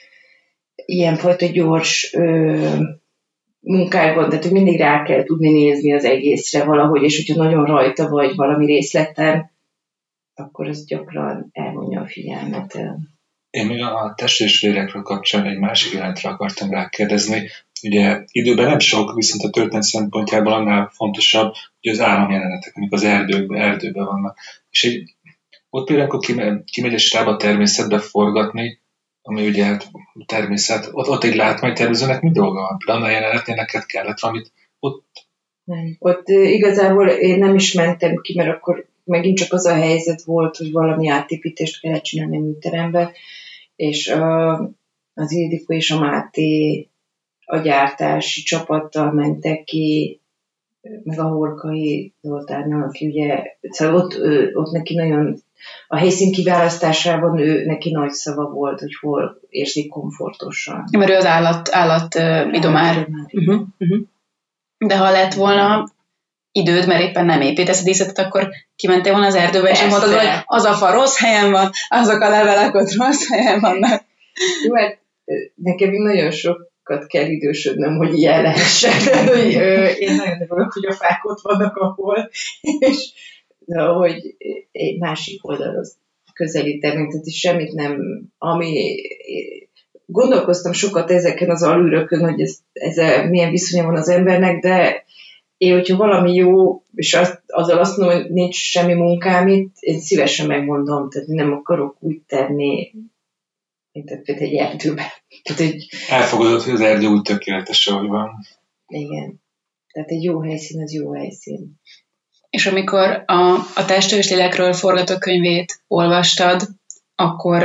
ilyenfajta gyors euh, munkákban, tehát hogy mindig rá kell tudni nézni az egészre valahogy, és hogyha nagyon rajta vagy valami részleten, akkor az gyakran elvonja a figyelmet. Én még a test és lélekről kapcsán egy másik jelentre akartam rákérdezni. Ugye időben nem sok, viszont a történet szempontjából annál fontosabb, hogy az álomjelenetek, amik az erdőkben, erdőben vannak. És egy, ott például, amikor kimegy, kimegy a stáb a természetbe forgatni, ami ugye hát természet, ott, ott egy látványtervezőnek mi dolga van? Például a jelenetnél neked kellett valamit ott? Nem. Ott igazából én nem is mentem ki, mert akkor megint csak az a helyzet volt, hogy valami átépítést kellett csinálni a műterembe, és a, az Ildikó és a Máté a gyártási csapattal mentek ki, meg a Horkai Zoltánnal, aki ugye, szóval ott, ott neki nagyon, a helyszín kiválasztásában ő neki nagy szava volt, hogy hol érzik komfortosan. Mert ő az állat, állat uh, idomár. Uh-huh, uh-huh. De ha lett volna időd, mert éppen nem építesz a díszletet, akkor kimentél volna az erdőbe, és mondtad, hogy az a fa rossz helyen van, azok a levelek ott rossz helyen vannak. Jó, hát nekem nagyon sokat kell idősödnöm, hogy ilyen lehessen. Én nagyon örülök, hogy a fák ott vannak, ahol, és de ahogy egy másik oldalhoz közelítem, mint hogy semmit nem, ami gondolkoztam sokat ezeken az alűrökön, hogy ez, ez milyen viszonya van az embernek, de én, hogyha valami jó, és az, azzal azt mondom, hogy nincs semmi munkám itt, én szívesen megmondom, tehát nem akarok úgy tenni, mint egy erdőben. Egy... Elfogadod, hogy az erdő úgy tökéletes, ahogy van. Igen. Tehát egy jó helyszín, az jó helyszín. És amikor a, a testről és lélekről forgatókönyvét olvastad, akkor,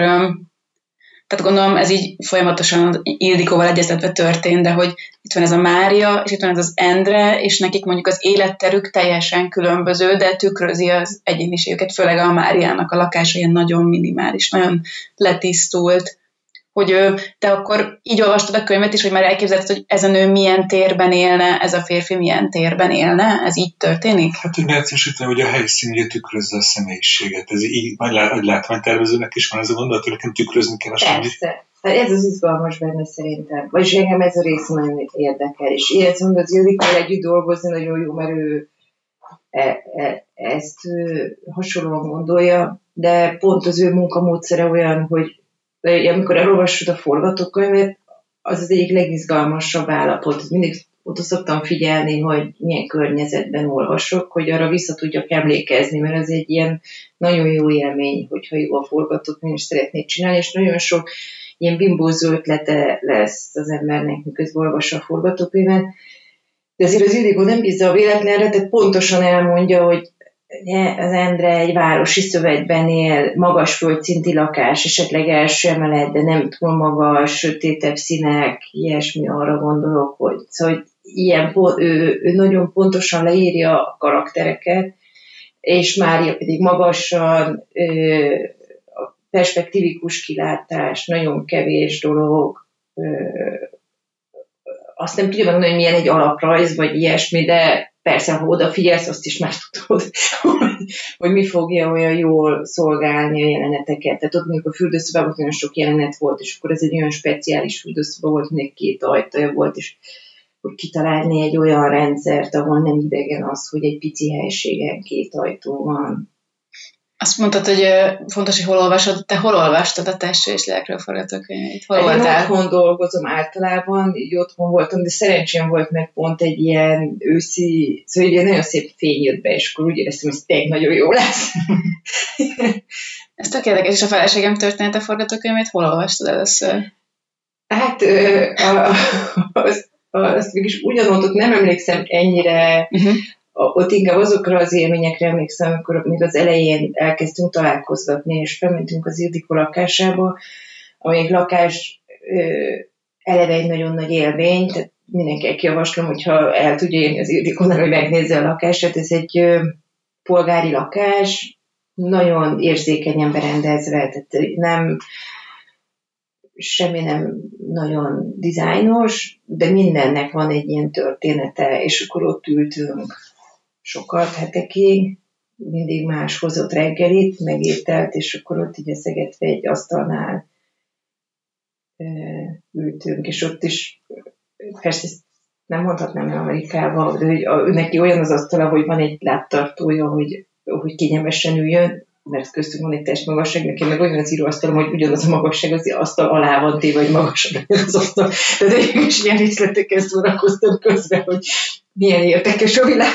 tehát gondolom ez így folyamatosan Ildikóval egyeztetve történt, de hogy itt van ez a Mária, és itt van ez az Endre, és nekik mondjuk az életterük teljesen különböző, de tükrözi az egyéniségüket, főleg a Máriának a lakása ilyen nagyon minimális, nagyon letisztult, hogy ő, te akkor így olvastad a könyvet is, hogy már elképzelted, hogy ez a nő milyen térben élne, ez a férfi milyen térben élne, ez így történik? Hát, hogy leegyszerűsítve, hogy a helyszín ugye tükrözze a személyiséget. Ez így, nagy látványtervezőnek is van ez a gondolat, hogy nekem tükrözni kell a semmit. Persze. Hát ez az izgalmas benne szerintem. Vagyis engem ez a rész nagyon érdekel. És ilyen mondod, az Ildikóval együtt dolgozni nagyon jó, mert ő e, e, ezt ő hasonlóan gondolja, de pont az ő munkamódszere olyan, hogy amikor elolvassod a forgatókönyvet, az az egyik legizgalmasabb állapot. Mindig oda szoktam figyelni, hogy milyen környezetben olvasok, hogy arra vissza tudjak emlékezni, mert ez egy ilyen nagyon jó élmény, hogyha jó a forgatókönyv, és szeretnék csinálni, és nagyon sok ilyen bimbózó ötlete lesz az embernek, miközben olvassa a forgatókönyvet. De azért az Ildikó nem bízza a véletlenre, tehát pontosan elmondja, hogy az Endre egy városi szövetben él, magas földszinti lakás, esetleg első emelet, de nem túl magas, sötétebb színek, ilyesmi, arra gondolok, hogy, szóval, hogy ilyen, ő, ő nagyon pontosan leírja a karaktereket, és Mária pedig magasan, a perspektívikus kilátás, nagyon kevés dolog, azt nem tudja megmondani, hogy milyen egy alaprajz, vagy ilyesmi, de persze, ha odafigyelsz, azt is már tudod, hogy, hogy mi fogja olyan jól szolgálni a jeleneteket. Tehát ott mondjuk a fürdőszobában nagyon sok jelenet volt, és akkor ez egy olyan speciális fürdőszoba volt, még két ajtaja volt, és hogy kitalálni egy olyan rendszert, ahol nem idegen az, hogy egy pici helységen két ajtó van. Azt mondtad, hogy fontos, hogy hol olvasod. Te hol olvastad a Testről és Lélekről forgatókönyvét? Hol Én voltál? otthon dolgozom általában, így otthon voltam, de szerencsém volt meg pont egy ilyen őszi, szóval egy nagyon szép fény jött be, és akkor úgy éreztem, hogy ez tényleg nagyon jó lesz. Ez tök érdekes, és a feleségem története forgatókönyvét hol olvastad először? Hát azt, azt mégis ugyanott nem emlékszem ennyire, uh-huh. Ott inkább azokra az élményekre emlékszem, amikor még az elején elkezdtünk találkozgatni, és felmentünk az Ildikó lakásába, amelyik lakás ö, eleve egy nagyon nagy élmény, tehát mindenkinek javaslom, hogyha el tudja érni az Ildikónál, hogy megnézze a lakását. Ez egy ö, polgári lakás, nagyon érzékenyen berendezve, tehát nem semmi nem nagyon dizájnos, de mindennek van egy ilyen története, és akkor ott ültünk sokat hetekig, mindig más hozott reggelit, meg ételt, és akkor ott így eszegetve egy asztalnál e, ültünk, és ott is, persze ezt nem mondhatnám el Amerikában, de hogy a, neki olyan az asztala, hogy van egy lábtartója, hogy, hogy kényelmesen üljön, mert köztünk van egy testmagasság, nekem meg olyan az íróasztalom, hogy ugyanaz a magasság az asztal alá van téve, hogy magasabb az asztal. Tehát én is ilyen részletekkel szórakoztam közben, hogy milyen érdekes a világ.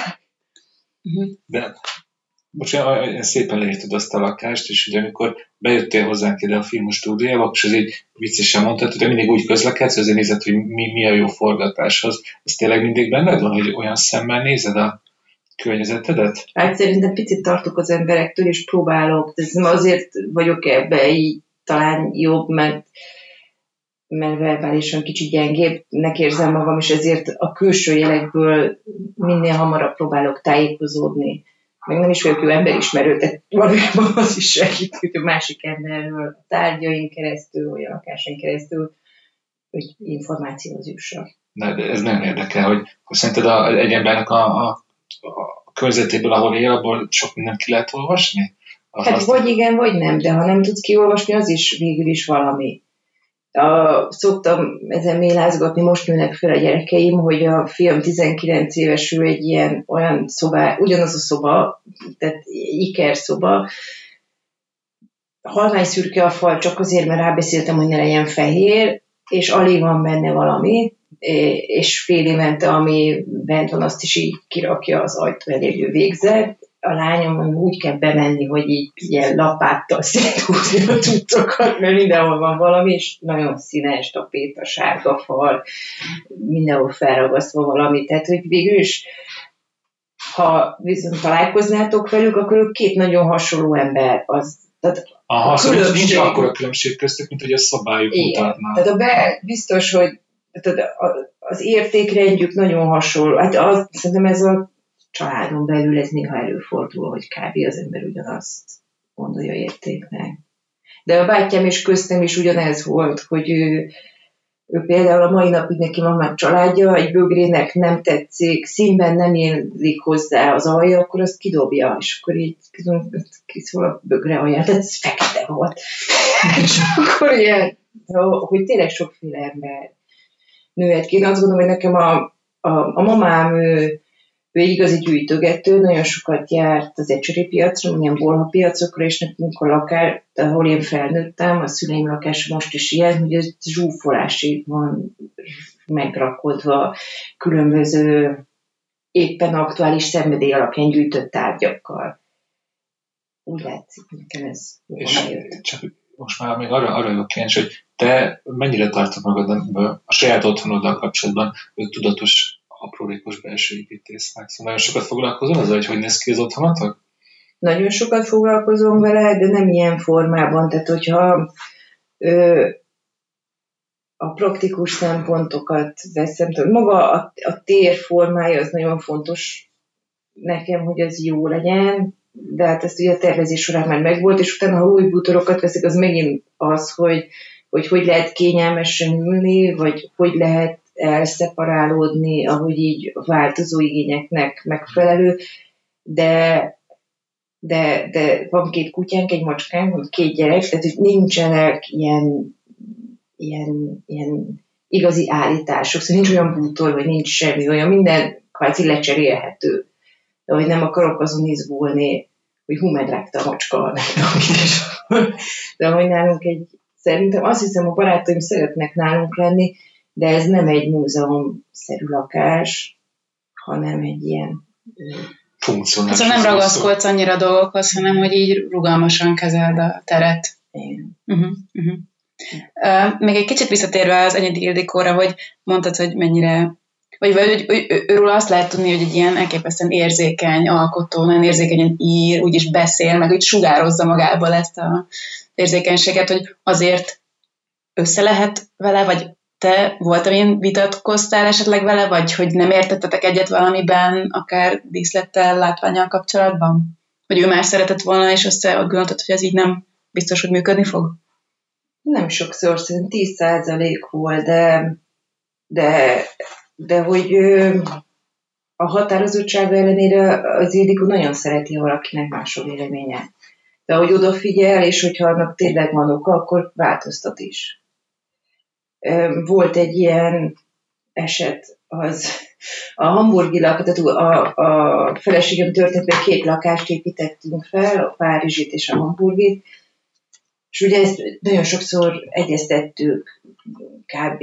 De most szépen leírtad azt a lakást, és ugye amikor bejöttél hozzánk ide a filmes stúdióba, és azért viccesen mondtad, hogy mindig úgy közlekedsz, azért nézed, hogy mi, mi a jó forgatáshoz. Ez tényleg mindig benned van, hogy olyan szemmel nézed a környezetedet? Hát szerintem picit tartok az emberektől, és próbálok. Ez azért vagyok ebbe így talán jobb, mert, mert verbálisan kicsit gyengébbnek érzem magam, és ezért a külső jelekből minél hamarabb próbálok tájékozódni. Meg nem is vagyok jó emberismerő, tehát valójában az is segít, hogy a másik emberről a tárgyain keresztül, vagy a lakáson keresztül, hogy információhoz jussak. De, de ez nem érdekel, hogy, hogy szerinted a, egy embernek a, a, a körzetéből, ahol él, abból sok mindent ki lehet olvasni? Az hát vagy igen, vagy nem, de ha nem tudsz kiolvasni, az is végül is valami. A, szoktam ezen mélázgatni, most nőnek fel a gyerekeim, hogy a fiam tizenkilenc éves, ő egy ilyen olyan szobá, ugyanaz a szoba, tehát iker szoba, halvány szürke a fal, csak azért, mert rábeszéltem, hogy ne legyen fehér, és alig van benne valami, és fél évente, ami bent van, azt is így kirakja az ajtó elérő végzet. A lányom úgy kell bemenni, hogy így ilyen lapáttal széthúzni a cuccokat, mert mindenhol van valami, és nagyon színes tapéta, sárga fal, mindenhol felragasztva valami. Tehát, hogy végül is, ha viszont találkoznátok velük, akkor ők két nagyon hasonló ember. Az, tehát Aha, szóval nincs akkora különbség köztük, mint hogy a szabályuk mutatná. Tehát a be, biztos, hogy tehát az értékrendjük nagyon hasonló. Hát az, szerintem ez a családon belül ez néha előfordul, hogy kb. Az ember ugyanazt gondolja értéknek. De a bátyám és köztem is ugyanez volt, hogy ő, ő például a mai napig neki van már családja, egy bögrének nem tetszik, színben nem illik hozzá az alja, akkor azt kidobja, és akkor így kiszól a bögre alját, tehát ez fekete volt. És akkor ilyen, hogy tényleg sokféle ember nőhet ki. Én azt gondolom, hogy nekem a, a, a mamám, ő, ő egy igazi gyűjtögető, nagyon sokat járt az ecseri piacra, ilyen bolha piacokra, és nekünk a lakás, ahol én felnőttem, a szüleim lakása most is ilyen, hogy ez zsúfolásig van megrakodva különböző éppen aktuális szenvedély alapján gyűjtött tárgyakkal. Úgy látszik, nekem ez és csak most már még arra, arra vagyok kíváncsi, hogy Te mennyire tartod magad a saját otthonoddal kapcsolatban, hogy tudatos, aprólékos belső építésznek? Szóval nagyon sokat foglalkozol azzal, hogy hogy néz ki az otthonatok? Nagyon sokat foglalkozom vele, de nem ilyen formában. Tehát, hogyha ö, a praktikus szempontokat veszem, tehát maga a, a tér formája az nagyon fontos nekem, hogy az jó legyen, de hát ezt ugye a tervezés során már megvolt, és utána, ha új bútorokat veszik, az megint az, hogy hogy, hogy lehet kényelmesen ülni, vagy hogy lehet elszeparálódni, ahogy így változó igényeknek megfelelő, de, de, de van két kutyánk, egy macskánk, két gyerek, tehát hogy nincsenek ilyen, ilyen, ilyen igazi állítások, szóval nincs olyan bútor, vagy nincs semmi, olyan minden kvázi lecserélhető. De hogy nem akarok azon izgulni, hogy hú, megrágta a macska, nem tudom, de hogy nálunk egy, szerintem azt hiszem, a barátaim szeretnek nálunk lenni, de ez nem egy múzeumszerű lakás, hanem egy ilyen funkcionális. Hát, nem ragaszkodsz annyira a dolgokhoz, hanem hogy így rugalmasan kezeld a teret. Igen. Uh-huh, uh-huh. Uh, még egy kicsit visszatérve az Enyedi Ildikóra, hogy mondtad, hogy mennyire, vagy, vagy hogy őről azt lehet tudni, hogy egy ilyen elképesztően érzékeny alkotó, nagyon érzékenyen ír, úgyis beszél, meg úgy sugározza magából ezt a érzékenységet, hogy azért össze lehet vele, vagy te voltam én vitatkoztál esetleg vele, vagy hogy nem értettetek egyet valamiben, akár díszlettel, látvánnyal kapcsolatban? Hogy ő más szeretett volna, és azt gondoltad, hogy ez így nem biztos, hogy működni fog? Nem sokszor, szerintem tíz százalék volt, de, de, de hogy a határozottsága ellenére az Ildikó nagyon szereti, ha valakinek más a véleménye. De ahogy odafigyel, és hogyha annak tényleg van oka, akkor változtat is. Volt egy ilyen eset, az a hamburgi lakás, tehát a, a feleségem történetben két lakást építettünk fel, a párizsit és a hamburgit, és ugye ezt nagyon sokszor egyeztettük, kb.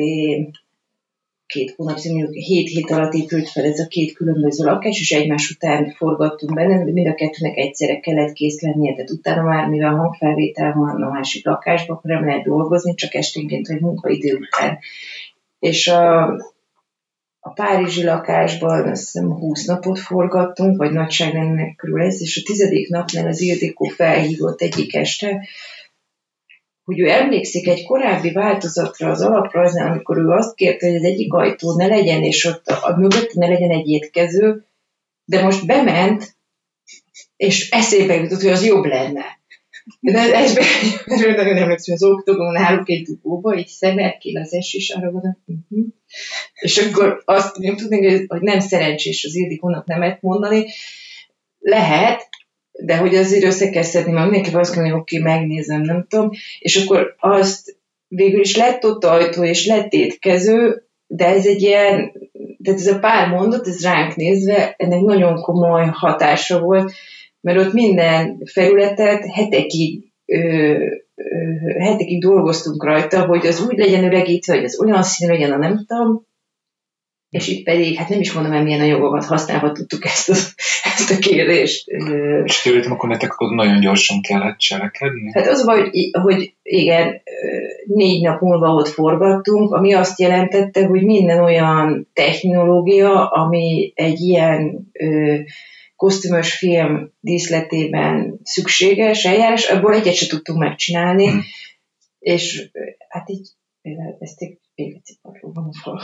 két hónap, mondjuk hét hét alatt épült fel ez a két különböző lakás, és egymás után forgattunk benne, de mind a kettőnek egyszerre kellett kész lennie, tehát utána már, mivel hangfelvétel van a másik lakásban, akkor nem lehet dolgozni, csak esténként, vagy munkaidő után. És a, a párizsi lakásban azt hiszem húsz napot forgattunk, vagy nagyságrendnek körül ez, és a tizedik napnál az Ildikó felhívott egyik este, hogy ő emlékszik egy korábbi változatra az alaprajznál, amikor ő azt kérte, hogy az egyik ajtó ne legyen, és ott a, a mögött ne legyen egy étkező, de most bement, és eszébe jutott, hogy az jobb lenne. De ez nagyon emlékszem, az oktogon náluk egy dugóba, így szemerkél az esés, arra van, uh-huh. És akkor azt nem tudni, hogy nem szerencsés az Ildikónak nemet mondani. Lehet, de hogy azért össze kell szedni, mert mindenki azt mondja, hogy oké, okay, megnézem, nem tudom, és akkor azt végül is lett ott ajtó, és lett étkező, de ez egy ilyen, tehát ez a pár mondat, ez ránk nézve, ennek nagyon komoly hatása volt, mert ott minden felületet hetekig, ö, ö, hetekig dolgoztunk rajta, hogy az úgy legyen öregítve, hogy az olyan színű legyen, a nem tudom, és itt pedig, hát nem is mondom el, milyen a jogokat használva tudtuk ezt a, ezt a kérdést. És kérdezem, akkor nektek akkor nagyon gyorsan kellett cselekedni? Hát az, hogy, hogy igen, négy nap múlva ott forgattunk, ami azt jelentette, hogy minden olyan technológia, ami egy ilyen ö, kosztümös film díszletében szükséges eljárás, abból egyet se tudtunk megcsinálni, hmm. és hát így ezt egy végeciparról van a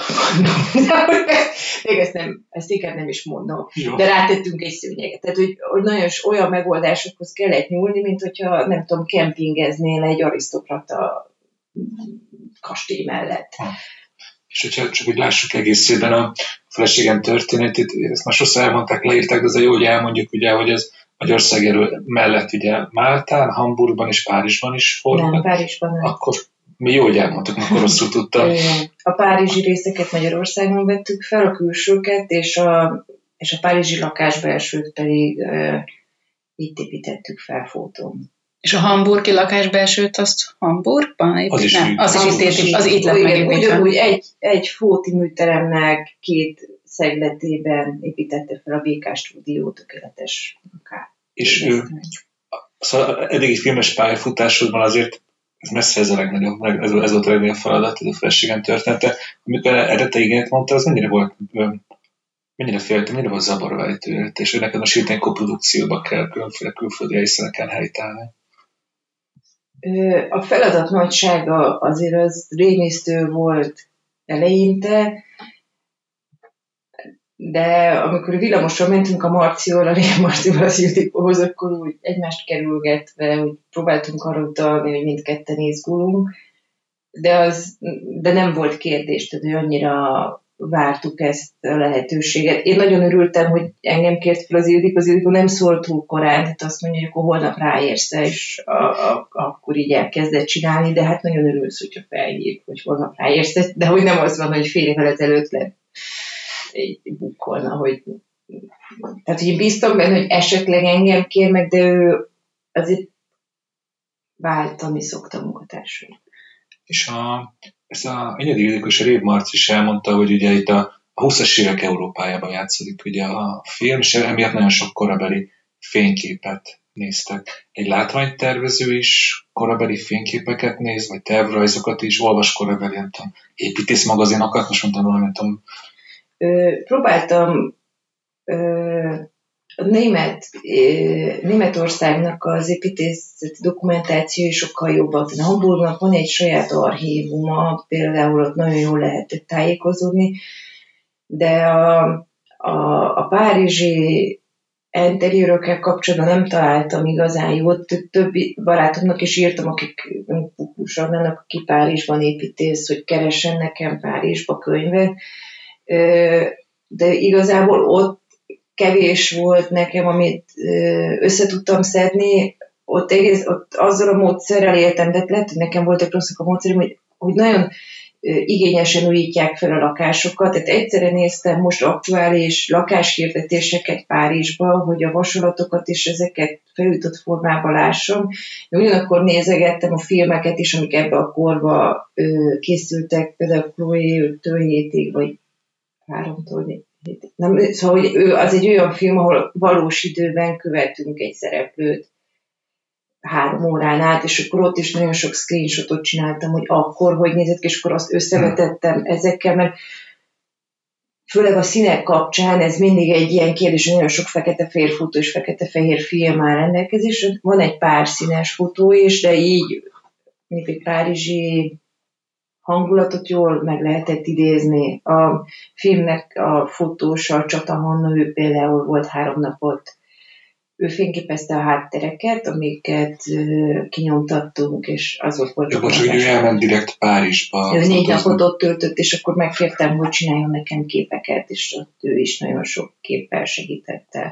még ezt, nem, ezt inkább nem is mondom. Jó. De rátettünk egy szőnyeget. Tehát, hogy, hogy nagyon olyan megoldásokhoz kellett nyúlni, mint hogyha, nem tudom, kempingeznél egy arisztokrata kastély mellett. Ha. És hogyha csak úgy lássuk egészében a feleségem történetét, ezt már sokszor elmondták, leírták, de az a jó, hogy elmondjuk, ugye, hogy ez Magyarország erő mellett ugye Máltán, Hamburgban és Párizsban is forgat. Nem, Párizsban nem. Akkor mi jó, hogy elmondtuk, akkor rosszul tudtam. A párizsi részeket Magyarországon vettük fel, a külsőket, és a, és a párizsi lakásbelsőt pedig uh, itt építettük fel fotón. És a hamburgi lakásbelsőt azt Hamburgban épít? Az is, nem, az is is itt, az itt lett megépítve. Ugyanúgy egy, egy fóti műteremnek két szegletében építette fel a bé ká stúdió, tökéletes munkát. És ő, szóval eddigi filmes pályafutásodban azért ez messze ez a legnagyobb, ez, ez volt a legnagyobb feladat, ez a feleségem története. Amikor eredete igényt mondta, az mennyire volt, mennyire féltem, mennyire volt zavarba ejtő, és hogy neked most hirtelen koprodukcióba kell különféle külföldi helyszíneken helytállni. A feladat nagysága azért az rémisztő volt eleinte, de amikor villamoson mentünk a Marcival, a Rév Marcival az Ildikóhoz, akkor úgy egymást kerülgetve, úgy próbáltunk arra utalni, hogy mindketten izgulunk, de, az, de nem volt kérdés, tehát hogy annyira vártuk ezt a lehetőséget. Én nagyon örültem, hogy engem kért fel az Ildikó, az Ildikó nem szólt túl korán, tehát azt mondja, hogy akkor holnap ráérsz, és a, a, akkor így elkezdett csinálni, de hát nagyon örülsz, hogyha felhív, hogy holnap ráérsz, de hogy nem az van, hogy fél évvel ezelőtt lett így bukkolna, hogy tehát, hogy bíztam benne, hogy esetleg engem kér meg, de ő azért váltani szokta munkatársai. És a, ez a Enyedi Ildikó és a Rév Marci is elmondta, hogy ugye itt a, a húszas évek Európájában játszódik ugye a film, és emiatt nagyon sok korabeli fényképet néztek. Egy látványtervező is korabeli fényképeket néz, vagy tervrajzokat is, olvas korabeli, nem tudom, építész magazinokat, most mondtam valami, nem tudom. Ö, próbáltam ö, a német, ö, Németországnak az építészeti dokumentáció sokkal jobban. A Hamburgnak van egy saját archívuma, például ott nagyon jól lehetett tájékozódni, de a, a, a párizsi interiőrökkel kapcsolatban nem találtam igazán jót. Többi barátomnak is írtam, akik annak, aki Párizsban építész, hogy keressen nekem Párizsba könyvet, de igazából ott kevés volt nekem, amit összetudtam szedni, ott, egész, ott azzal a módszerrel éltem, de lehet, hogy nekem voltak rosszak a módszerem, hogy, hogy nagyon igényesen újítják fel a lakásokat, tehát egyszerre néztem most aktuális lakáshirdetéseket Párizsba, hogy a vasolatokat és ezeket felütött formában lássam, de ugyanakkor nézegettem a filmeket is, amik ebbe a korba készültek, például Chloé-től hétig, vagy háromtól hétig. Nem, szóval hogy ő, az egy olyan film, ahol valós időben követünk egy szereplőt három órán át, és akkor ott is nagyon sok screenshotot csináltam, hogy akkor hogy nézett ki, és akkor azt összevetettem ezekkel, mert főleg a színek kapcsán ez mindig egy ilyen kérdés, hogy nagyon sok fekete-fehér fotó és fekete-fehér film áll rendelkezésre. Van egy pár színes fotó is, de így mint egy párizsi hangulatot jól meg lehetett idézni. A filmnek a fotósa, Csata Hanna, ő például volt három napot, ő fényképezte a háttereket, amiket uh, kinyomtattunk, és azok voltak. Jó, csak ő elment direkt Párizsba. Ő négy napot ott töltött, és akkor megkértem, hogy csináljon nekem képeket, és ott ő is nagyon sok képpel segítette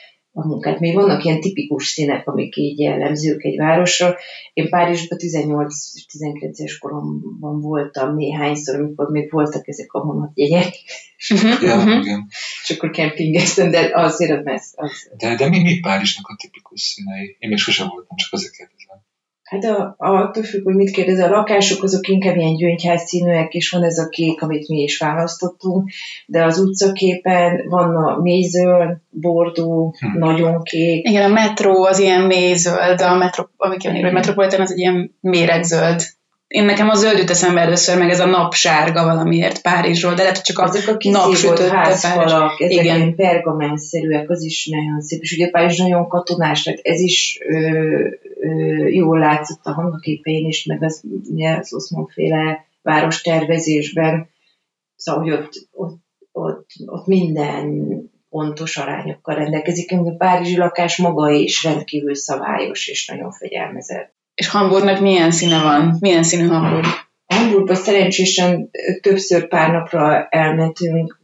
a munkát. Még vannak ilyen tipikus színek, amik így jellemzők egy városra. Én Párizsban tizennyolc-tizenkilenc koromban voltam néhányszor, amikor még voltak ezek a vonatjegyek. Ja, igen. És akkor kempingeztem, de azért az... az... De, de mi, mi Párizsnak a tipikus színei? Én még sosem voltam, csak azért kérdezem. Hát a, attól függ, hogy mit kérdez, a lakások azok inkább ilyen gyöngyház színűek, és van ez a kék, amit mi is választottunk, de az utcaképen van a mélyzöld, bordó, hm. nagyon kék. Igen, a metró az ilyen mélyzöld, a metró, amit jön, hogy metropolitán az egy ilyen méregzöld. Én nekem a zöld jut eszembe először, meg ez a napsárga valamiért Párizsról, de lehet, hogy csak a, ezek a napsütötte házfalak, ezek ilyen pergamenszerűek, az is nagyon szép. És ugye Párizs nagyon katonás lett, ez is ö, ö, jól látszott a hangképein is, meg az, ugye, az Oszman-féle várostervezésben. Szóval, hogy ott, ott, ott, ott minden pontos arányokkal rendelkezik. A párizsi lakás maga is rendkívül szabályos és nagyon fegyelmezett. És Hamburgnak milyen színe van? Milyen színű Hamburg? Hamburgban szerencsésen többször pár napra elmentünk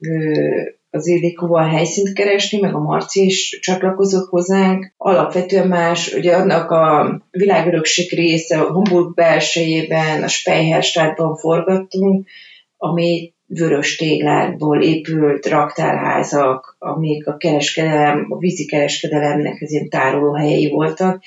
az Ildikóval helyszínt keresni, meg a Marci is csatlakozott hozzánk. Alapvetően más, ugye annak a világörökség része a Hamburg belsejében, a Speyerstadtban forgattunk, ami vörös téglákból épült raktárházak, amik a kereskedelem, a vízi kereskedelemnek az ilyen tárolóhelyei voltak.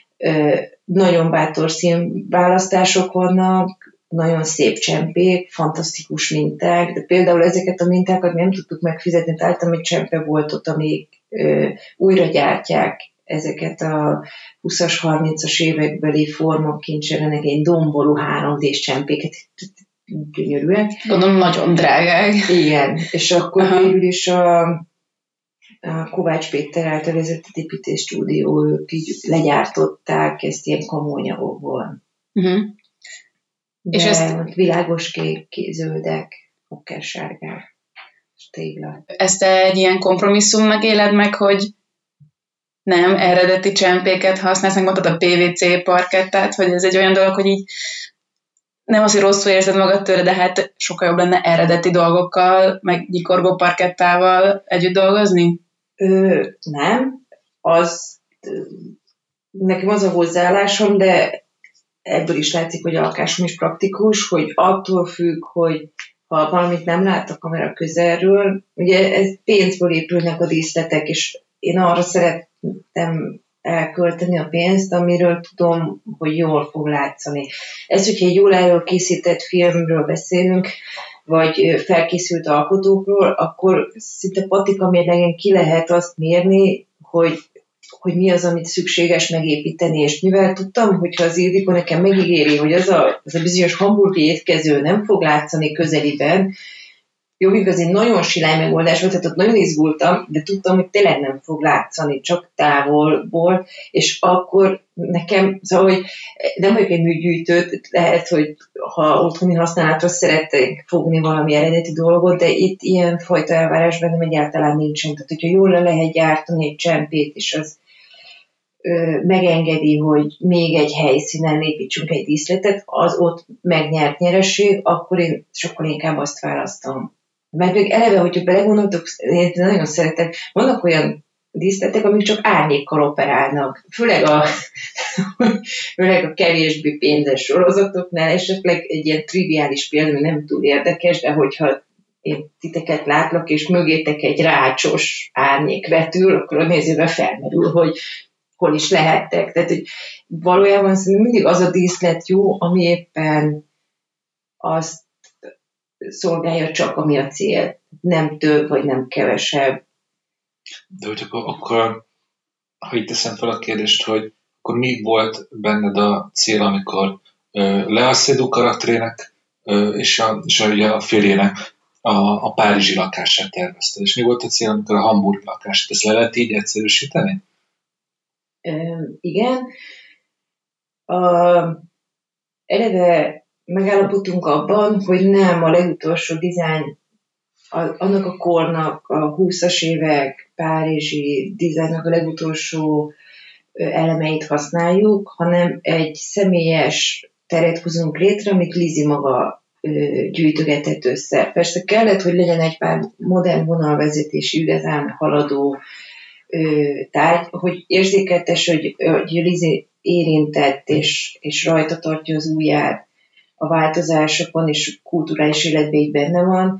Nagyon bátor színválasztások vannak, nagyon szép csempék, fantasztikus minták, de például ezeket a mintákat nem tudtuk megfizetni, találtam, hogy csempe volt ott, amíg ö, újra gyártják ezeket a húszas, harmincas évekbeli formakincserenek egy domboló három dés csempéket, gyönyörűek. Gondolom nagyon drágák. Igen, és akkor uh-huh. végül is a, a Kovács Péter által vezetett építés stúdió, ők így legyártották ezt ilyen kamóanyagokból. Uh-huh. De és ezt világos kék, zöldek, okkersárgák, tégla. Ezt egy ilyen kompromisszumnak éled meg, hogy nem eredeti csempéket használsz, meg mondtad a pé vé cé parkettát, hogy ez egy olyan dolog, hogy így nem az, hogy rosszul érzed magad tőle, de hát sokkal jobb lenne eredeti dolgokkal, meg nyikorgó parkettával együtt dolgozni? Ö, nem. Az nekem az a hozzáállásom, de ebből is látszik, hogy a lakásom is praktikus, hogy attól függ, hogy ha valamit nem lát a kamera közelről, ugye ez pénzből épülnek a díszletek, és én arra szerettem elkölteni a pénzt, amiről tudom, hogy jól fog látszani. Ez, hogyha egy jól erről készített filmről beszélünk, vagy felkészült alkotókról, akkor szinte patika mérlegen ki lehet azt mérni, hogy, hogy mi az, amit szükséges megépíteni, és mivel tudtam, hogyha az Ildikó nekem megígéri, hogy az a, az a bizonyos hamburgi étkező nem fog látszani közeliben, jó, igaz, egy nagyon silány megoldás volt, tehát ott nagyon izgultam, de tudtam, hogy tényleg nem fog látszani, csak távolból, és akkor nekem, szóval, hogy nem vagyok egy műgyűjtőt, lehet, hogy ha otthoni használatra szeretnék fogni valami eredeti dolgot, de itt ilyen fajta elvárás bennem egyáltalán nincsen. Tehát, hogyha jól le lehet gyártani egy csempét, és az ö, megengedi, hogy még egy helyszínen építsünk egy díszletet, az ott megnyert nyereség, akkor én sokkal inkább azt választom. Mert még eleve, hogyha belegondoltok, én nagyon szeretek, vannak olyan díszletek, amik csak árnyékkal operálnak. Főleg a, főleg a kevésbé pénzes sorozatoknál, esetleg egy ilyen triviális példa, ami nem túl érdekes, de hogyha én titeket látlak, és mögétek egy rácsos árnyék vetül, akkor a nézőben felmerül, hogy hol is lehettek. Tehát, hogy valójában szerintem mindig az a díszlet jó, ami éppen azt szolgálja csak, ami a cél. Nem több, vagy nem kevesebb. De hogy akkor, akkor ha itt teszem fel a kérdést, hogy akkor mi volt benned a cél, amikor uh, Lea Seydoux karakterének uh, és, a, és a, a férjének a, a párizsi lakását tervezted. És mi volt a cél, amikor a hamburgi lakását? Ezt le lehet így egyszerűsíteni? Um, igen. A, eleve megállapodtunk abban, hogy nem a legutolsó dizájn, annak a kornak, a húszas évek párizsi dizájnnak a legutolsó elemeit használjuk, hanem egy személyes teret hozunk létre, amit Lizi maga gyűjtögetett össze. Persze kellett, hogy legyen egy pár modern vonalvezetési, igazán haladó tárgy, hogy érzékeltes, hogy, hogy Lizi érintett, és, és rajta tartja az ujját a változásokon, és kulturális életben így benne van,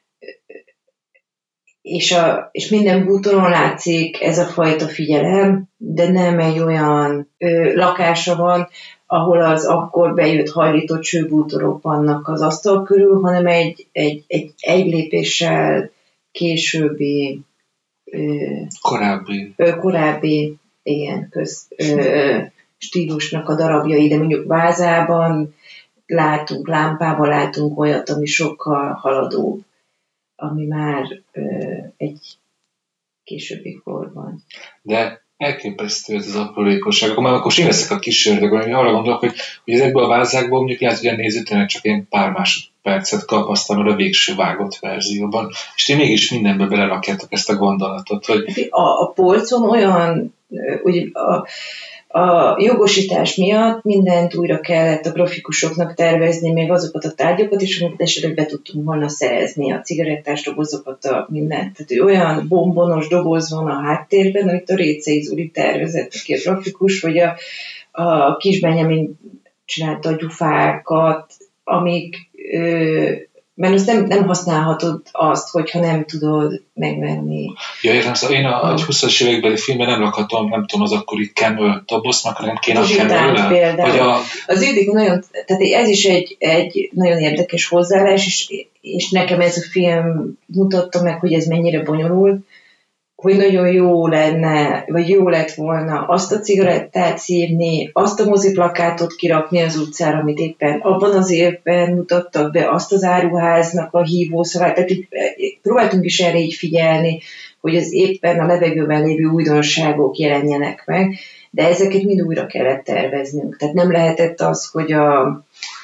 és, a, és minden bútoron látszik ez a fajta figyelem, de nem egy olyan ö, lakása van, ahol az akkor bejött hajlított sőbútorok vannak az asztal körül, hanem egy, egy, egy, egy lépéssel későbbi ö, korábbi, ö, korábbi ilyen köz, ö, stílusnak a darabjai, de mondjuk vázában látunk, lámpával látunk olyat, ami sokkal haladóbb, ami már ö, egy későbbi korban. De elképesztő ez az aprólékosság. Akkor, akkor én leszek a kis ördög, hogy arra gondolok, hogy, hogy ezekből a vázákból mondjuk lehet, hogy a nézőtőnek csak én pár másodpercet kap, aztán a végső vágott verzióban. És ti mégis mindenbe belerakjátok ezt a gondolatot. Hogy... A, a polcon olyan, ugye a A jogosítás miatt mindent újra kellett a grafikusoknak tervezni, még azokat a tárgyakat is, amiket esetleg be tudtunk volna szerezni, a cigarettás dobozokat, a mindent. Tehát olyan bombonos doboz van a háttérben, amit a Récei Zoli tervezett, aki a grafikus, vagy a, a Kis Benjamin csinálta a gyufákat, amik... Ö, mert azt nem, nem használhatod azt, hogyha nem tudod megvenni. Ja, értem, szóval én a, a húszas évekbeli filmben nem lakhatom, nem tudom, az akkori Camel doboznak, hanem kéne a Camel-le. A... Az Ildikó nagyon, tehát ez is egy, egy nagyon érdekes hozzáállás, és, és nekem ez a film mutatta meg, hogy ez mennyire bonyolult. hogy nagyon jó lenne, vagy jó lett volna azt a cigarettát szívni, azt a moziplakátot kirakni az utcára, amit éppen abban az évben mutattak be, azt az áruháznak a hívószavát. Tehát így, próbáltunk is erre így figyelni, hogy az éppen a levegőben lévő újdonságok jelenjenek meg, de ezeket mind újra kellett terveznünk. Tehát nem lehetett az, hogy a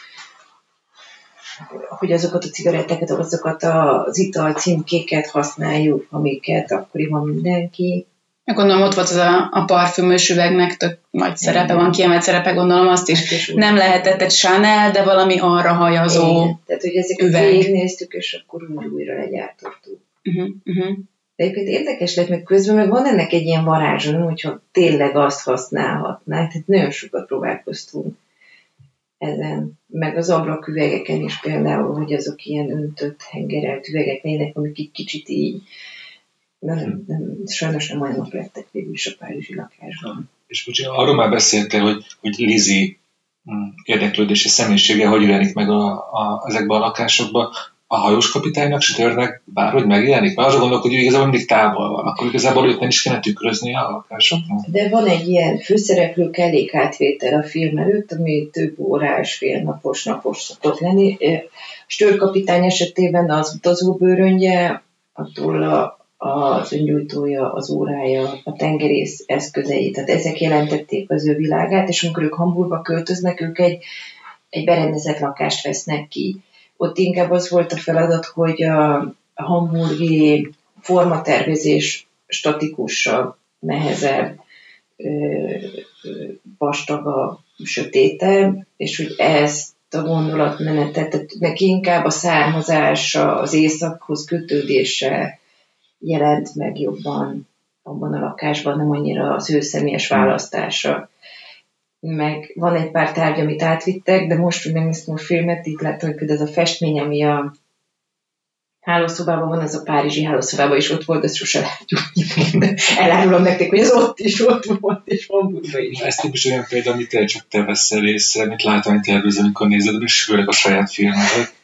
hogy azokat a cigarettákat, azokat az ital címkéket használjuk, amiket akkoriban mindenki. Gondolom ott volt az a, a parfümös üvegnek tök nagy szerepe van, kiemelt szerepe, gondolom azt is. is nem lehetett egy Chanel, de valami arra hajazó igen. Tehát, hogy ezeket végignéztük, és akkor úgy újra legyártottuk. Uh-huh, uh-huh. De egyébként érdekes lett, meg közben meg van ennek egy ilyen varázsa, hogyha tényleg azt használhatnák. Tehát nagyon sokat próbálkoztunk ezen, meg az ablaküvegeken is például, hogy azok ilyen öntött, hengerelt üvegek lennének, amik egy kicsit így, nem, nem, sajnos nem olyanok lettek végül is a párizsi lakásban. És bocsánat, arról már beszéltél, hogy, hogy Lizzie érdeklődési személyisége hogy jelenik meg a, a, ezekben a lakásokban. A hajós kapitánynak, Störnek bárhogy megjelenik? Mert azra gondolok, hogy igazából mindig távol van. Akkor igazából őt nem is kéne tükrözni a lakásoknak? De van egy ilyen főszereplő kellékátvétel a film előtt, ami több órás, félnapos, napos szokott lenni. Stör kapitány esetében az utazóbőröngye, attól a, az öngyújtója, az órája, a tengerész eszközei, tehát ezek jelentették az ő világát, és amikor ők Hamburgba költöznek, ők egy, egy berendezett lakást vesznek ki. Ott inkább az volt a feladat, hogy a hamburgi formatervezés statikusabb, nehezebb, vastagabb, sötétebb, és hogy ezt a gondolatmenetet, tehát neki inkább a származása, az északhoz kötődése jelent meg jobban abban a lakásban, nem annyira az ő személyes választása. Meg van egy pár tárgy, amit átvittek, de most, hogy megnéztem a filmet, itt láttam, hogy például ez a festmény, ami a hálószobában van, az a párizsi hálószobában is ott volt, de ezt sose látjuk. Elárulom nektek, hogy az ott is ott volt, és Hamburgban is. Ez típus olyan példa, amit te csak te veszel észre, mint látványtervező, amikor nézed, és főleg a saját filmedet.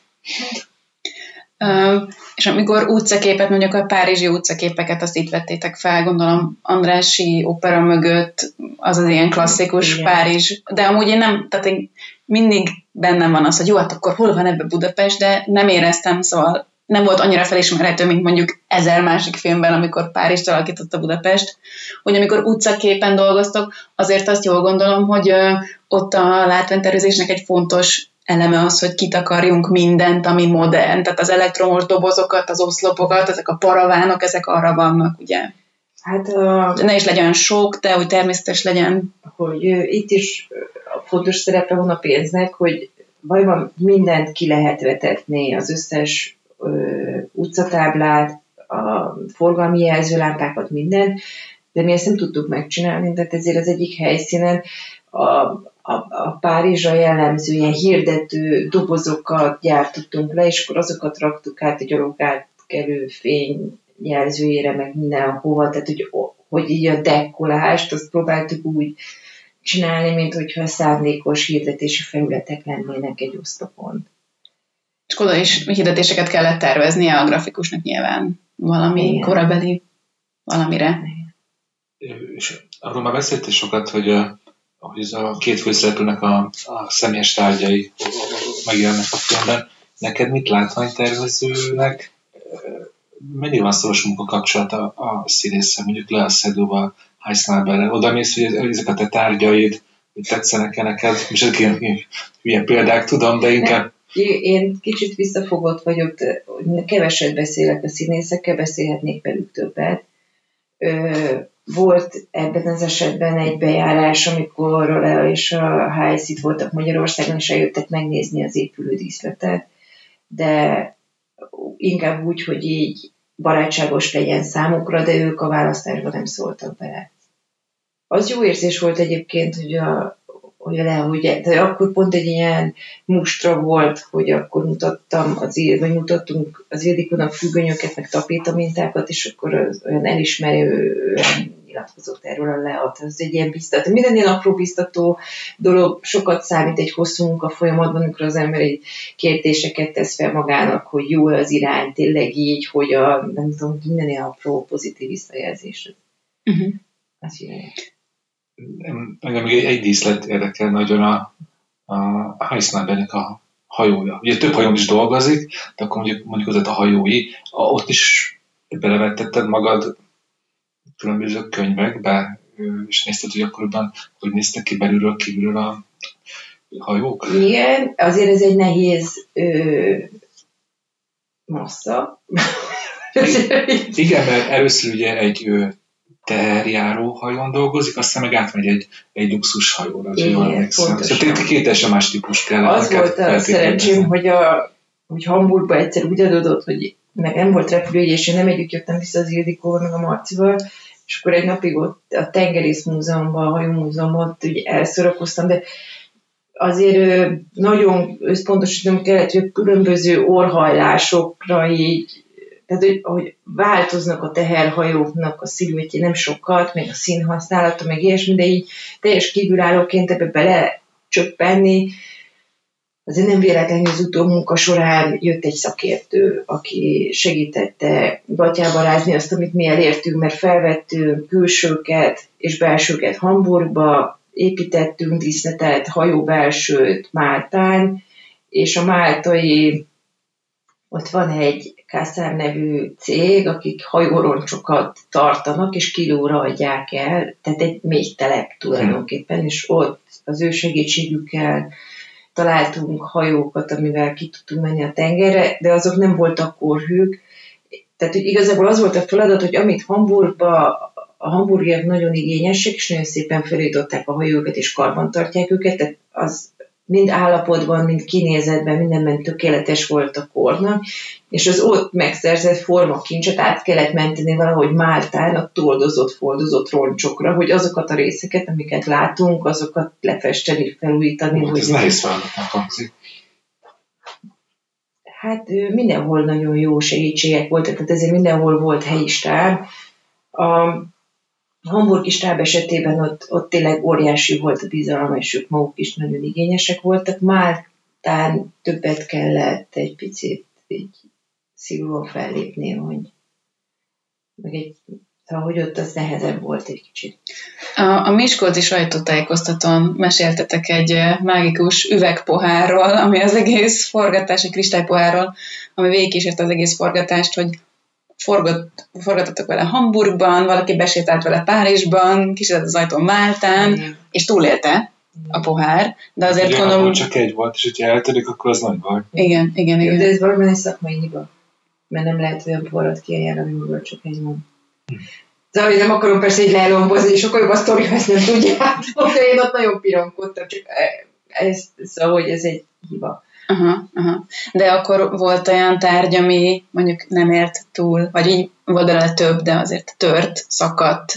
Uh, és amikor utcaképet, mondjuk a párizsi utcaképeket, azt itt vettétek fel, gondolom Andrássy opera mögött, az az ilyen klasszikus igen. Párizs, de amúgy én nem, tehát én mindig bennem van az, hogy jó, hát akkor hol van ebbe Budapest, de nem éreztem, szóval nem volt annyira felismerhető, mint mondjuk ezer másik filmben, amikor Párizst alakította Budapest, hogy amikor utcaképen dolgoztok, azért azt jól gondolom, hogy uh, ott a látványtervezésnek egy fontos eleme az, hogy kitakarjunk mindent, ami modern, tehát az elektromos dobozokat, az oszlopokat, ezek a paravánok, ezek arra vannak, ugye? Hát a... ne is legyen sok, de hogy természetes legyen. Hogy itt is fontos szerepe van a pénznek, hogy valójában mindent ki lehet vetetni, az összes ö, utcatáblát, a forgalmi jelzőlámpákat, mindent, de mi ezt nem tudtuk megcsinálni, tehát ezért az egyik helyszínen a A, a Párizsra jellemző ilyen hirdető dobozokat gyártottunk le, és akkor azokat raktuk át a gyalogátkelő fény jelzőjére, meg mindenhova, tehát hogy, hogy így a dekkolást, azt próbáltuk úgy csinálni, mint hogyha szándékos hirdetési felületek lennének egy oszlopon. És oda is hirdetéseket kellett terveznie a grafikusnak nyilván valami igen. korabeli valamire. Igen. És arról már beszéltél sokat, hogy hogy ez a két főszereplőnek a, a személyes tárgyai megjelennek a filmben. Neked mit látványtervezőnek? Mennyire van szoros munkakapcsolat a, a színésszel, mondjuk Lea Seydoux-val, Heisenbergel? Oda mész, hogy ezek a te tárgyaid, hogy tetszenek-e neked? És ezek ilyen, ilyen példák tudom, de inkább... Én kicsit visszafogott vagyok, keveset beszélek a színészekkel, beszélhetnék velük többet. Volt ebben az esetben egy bejárás, amikor a Lea és a Heisz itt voltak Magyarországon, és eljöttek megnézni az épülődíszletet, de inkább úgy, hogy így barátságos legyen számukra, de ők a választásban nem szóltak bele. Az jó érzés volt egyébként, hogy a, hogy a Lea, ugye, de akkor pont egy ilyen mustra volt, hogy akkor mutattam az, vagy mutattunk az Ildikónak függönyöket, meg tapétamintákat, és akkor az olyan elismerő nyilatkozott erről a Leat. Ez egy ilyen biztató. Minden ilyen apró biztató dolog sokat számít egy hosszú munka folyamatban, amikor az ember egy kérdéseket tesz fel magának, hogy jó az irány, tényleg így, hogy a, nem tudom, minden ilyen apró pozitív visszajelzés. Uh-huh. Azt jönnek. Engem még egy, egy díszlet érdekel nagyon a, a Heisenbergnek a hajója. Ugye több hajón is dolgozik, de akkor mondjuk, mondjuk azért a hajói, a, ott is belevettetted magad különböző könyvekbe, és nézted, hogy akkoriban hogy néztek ki belülről, kívülről a hajók? Igen, azért ez egy nehéz ö, massza. Igen, mert először ugye egy ö, teherjáró hajón dolgozik, aztán meg átmegy egy, egy luxus hajóra. Igen, szóval két teljesen más típus kell. Az volt a szerencsém, hogy, a, hogy Hamburgban egyszer úgy adódott, hogy meg nem volt repülőjegy, és én nem együtt jöttem vissza az Ildikóval, meg a Marcival, és akkor egy napig ott a Tengerész Múzeumban, a Hajómúzeumban ott ugye elszorakoztam, de azért nagyon összpontosítom kellett, hogy különböző orrhajlásokra így, tehát hogy, hogy változnak a teherhajóknak a szilüettje, nem sokat, meg a színhasználata, meg ilyesmi, de így teljes kívülállóként ebbe bele csöppenni. Azért nem véletlenül az utómunka során jött egy szakértő, aki segítette gatyába rázni azt, amit mi elértünk, mert felvettünk külsőket és belsőket Hamburgba, építettünk díszletelt hajóbelsőt Máltán, és a máltai, ott van egy Kászár nevű cég, akik hajóroncsokat tartanak, és kilóra adják el, tehát egy mélytelep tulajdonképpen, és ott az ő segítségükkel találtunk hajókat, amivel ki tudtunk menni a tengerre, de azok nem voltak korhűk. Tehát hogy igazából az volt a feladat, hogy amit Hamburgban, a hamburgiak nagyon igényesek, és nagyon szépen felújították a hajókat, és karbantartják őket, tehát az mind állapotban, mind kinézetben, mindenben tökéletes volt a kornak, és az ott megszerzett formakincset át kellett menteni valahogy Máltán a toldozott, foldozott roncsokra, hogy azokat a részeket, amiket látunk, azokat lefesteni, felújítani. Hát ez nehéz feladatnak hangzik. Hát mindenhol nagyon jó segítségek voltak, tehát ezért mindenhol volt helyi stáb. A hamburgi stáb esetében ott, ott tényleg óriási volt a bizalom, és ők maguk is nagyon igényesek voltak. Máltán többet kellett egy picit így szigorúan fellépni, hogy meg egy, ahogy ott az nehezebb volt egy kicsit. A, a Miskolci sajtótájékoztatón meséltetek egy mágikus üvegpohárról, ami az egész forgatás, egy kristálypohárról, ami végigkísért az egész forgatást, hogy forgott, forgatottak vele Hamburgban, valaki besétált vele Párizsban, kísérlet az ajtón Máltán, mm. és túlélte a pohár, de azért ugye, gondolom... csak egy volt, és hogyha eltörik, akkor az nagy baj. Igen, igen, igen. De ez valóban egy szakmai hiba, mert nem lehet olyan poharat kiajánlani, amiből csak egy van. Hm. Szóval nem akarom persze így lelombozni, és akkor jobb a sztori, ha ezt nem tudjátok, de én ott nagyon pironkodtam, csak ez, szóval, hogy ez egy hiba. Aha, aha. De akkor volt olyan tárgy, ami mondjuk nem ért túl, vagy így volt belőle több, de azért tört, szakadt,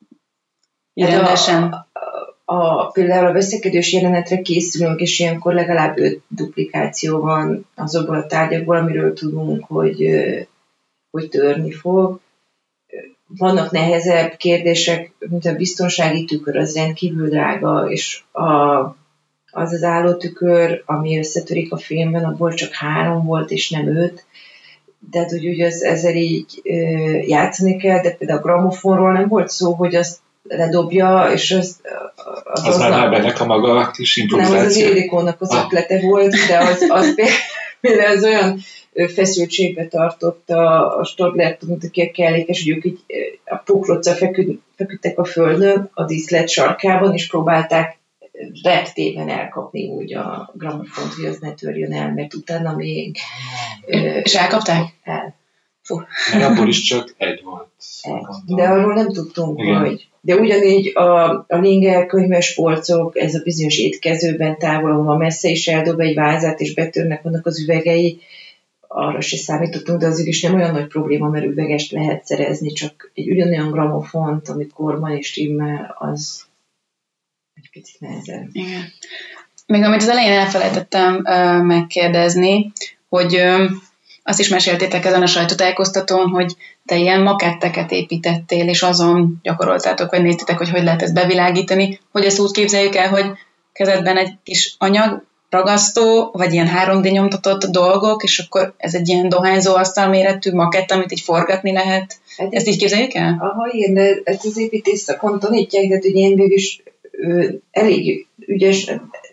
hát rendesen. A, a, a, például a veszekedős jelenetre készülünk, és ilyenkor legalább öt duplikáció van azokból a tárgyakból, amiről tudunk, hogy, hogy törni fog. Vannak nehezebb kérdések, mint a biztonsági tükör, az rendkívül drága, és a az az állótükör, ami összetörik a filmben, abból csak három volt, és nem öt. Tehát, hogy ugye az, ezzel így ö, játszani kell, de például a gramofonról nem volt szó, hogy azt ledobja, és az... Az, az, az már Nábernek a maga kis improvizáció. Nem, az az Ildikónak az ah. ötlete volt, de az, az például az olyan feszültségbe tartotta a Stadlert, mint aki a kellékes, hogy ők így a pokroccal feküdtek a földön, a díszlet sarkában, és próbálták reptében elkapni úgy a gramofont, hogy az ne törjön el, mert utána még... És elkapták? El. Fú. Mert abból is csak egy volt. Egy. De arról nem tudtunk, igen. Hogy... De ugyanígy a, a Linger könyves polcok, ez a bizonyos étkezőben távol, ahol messze is eldob egy vázát, és betörnek annak az üvegei, arra se számítottunk, de azért is nem olyan nagy probléma, mert üvegest lehet szerezni, csak egy ugyanolyan gramofont, amikor van és stimmel, az egy picit nehezebb. Igen. Még amit az elején elfelejtettem uh, megkérdezni, hogy uh, azt is meséltétek ezen a sajtótájékoztatón, hogy te ilyen maketteket építettél, és azon gyakoroltátok, vagy néztétek, hogy hogy lehet ezt bevilágítani, hogy ezt úgy képzeljük el, hogy kezedben egy kis anyag, ragasztó, vagy ilyen három dé nyomtatott dolgok, és akkor ez egy ilyen dohányzó asztal méretű makett, amit így forgatni lehet. Hát ezt így képzeljük el? Aha, igen, de ezt az építész szakon tanítják, de hogy én végül is ö, elég ügyes,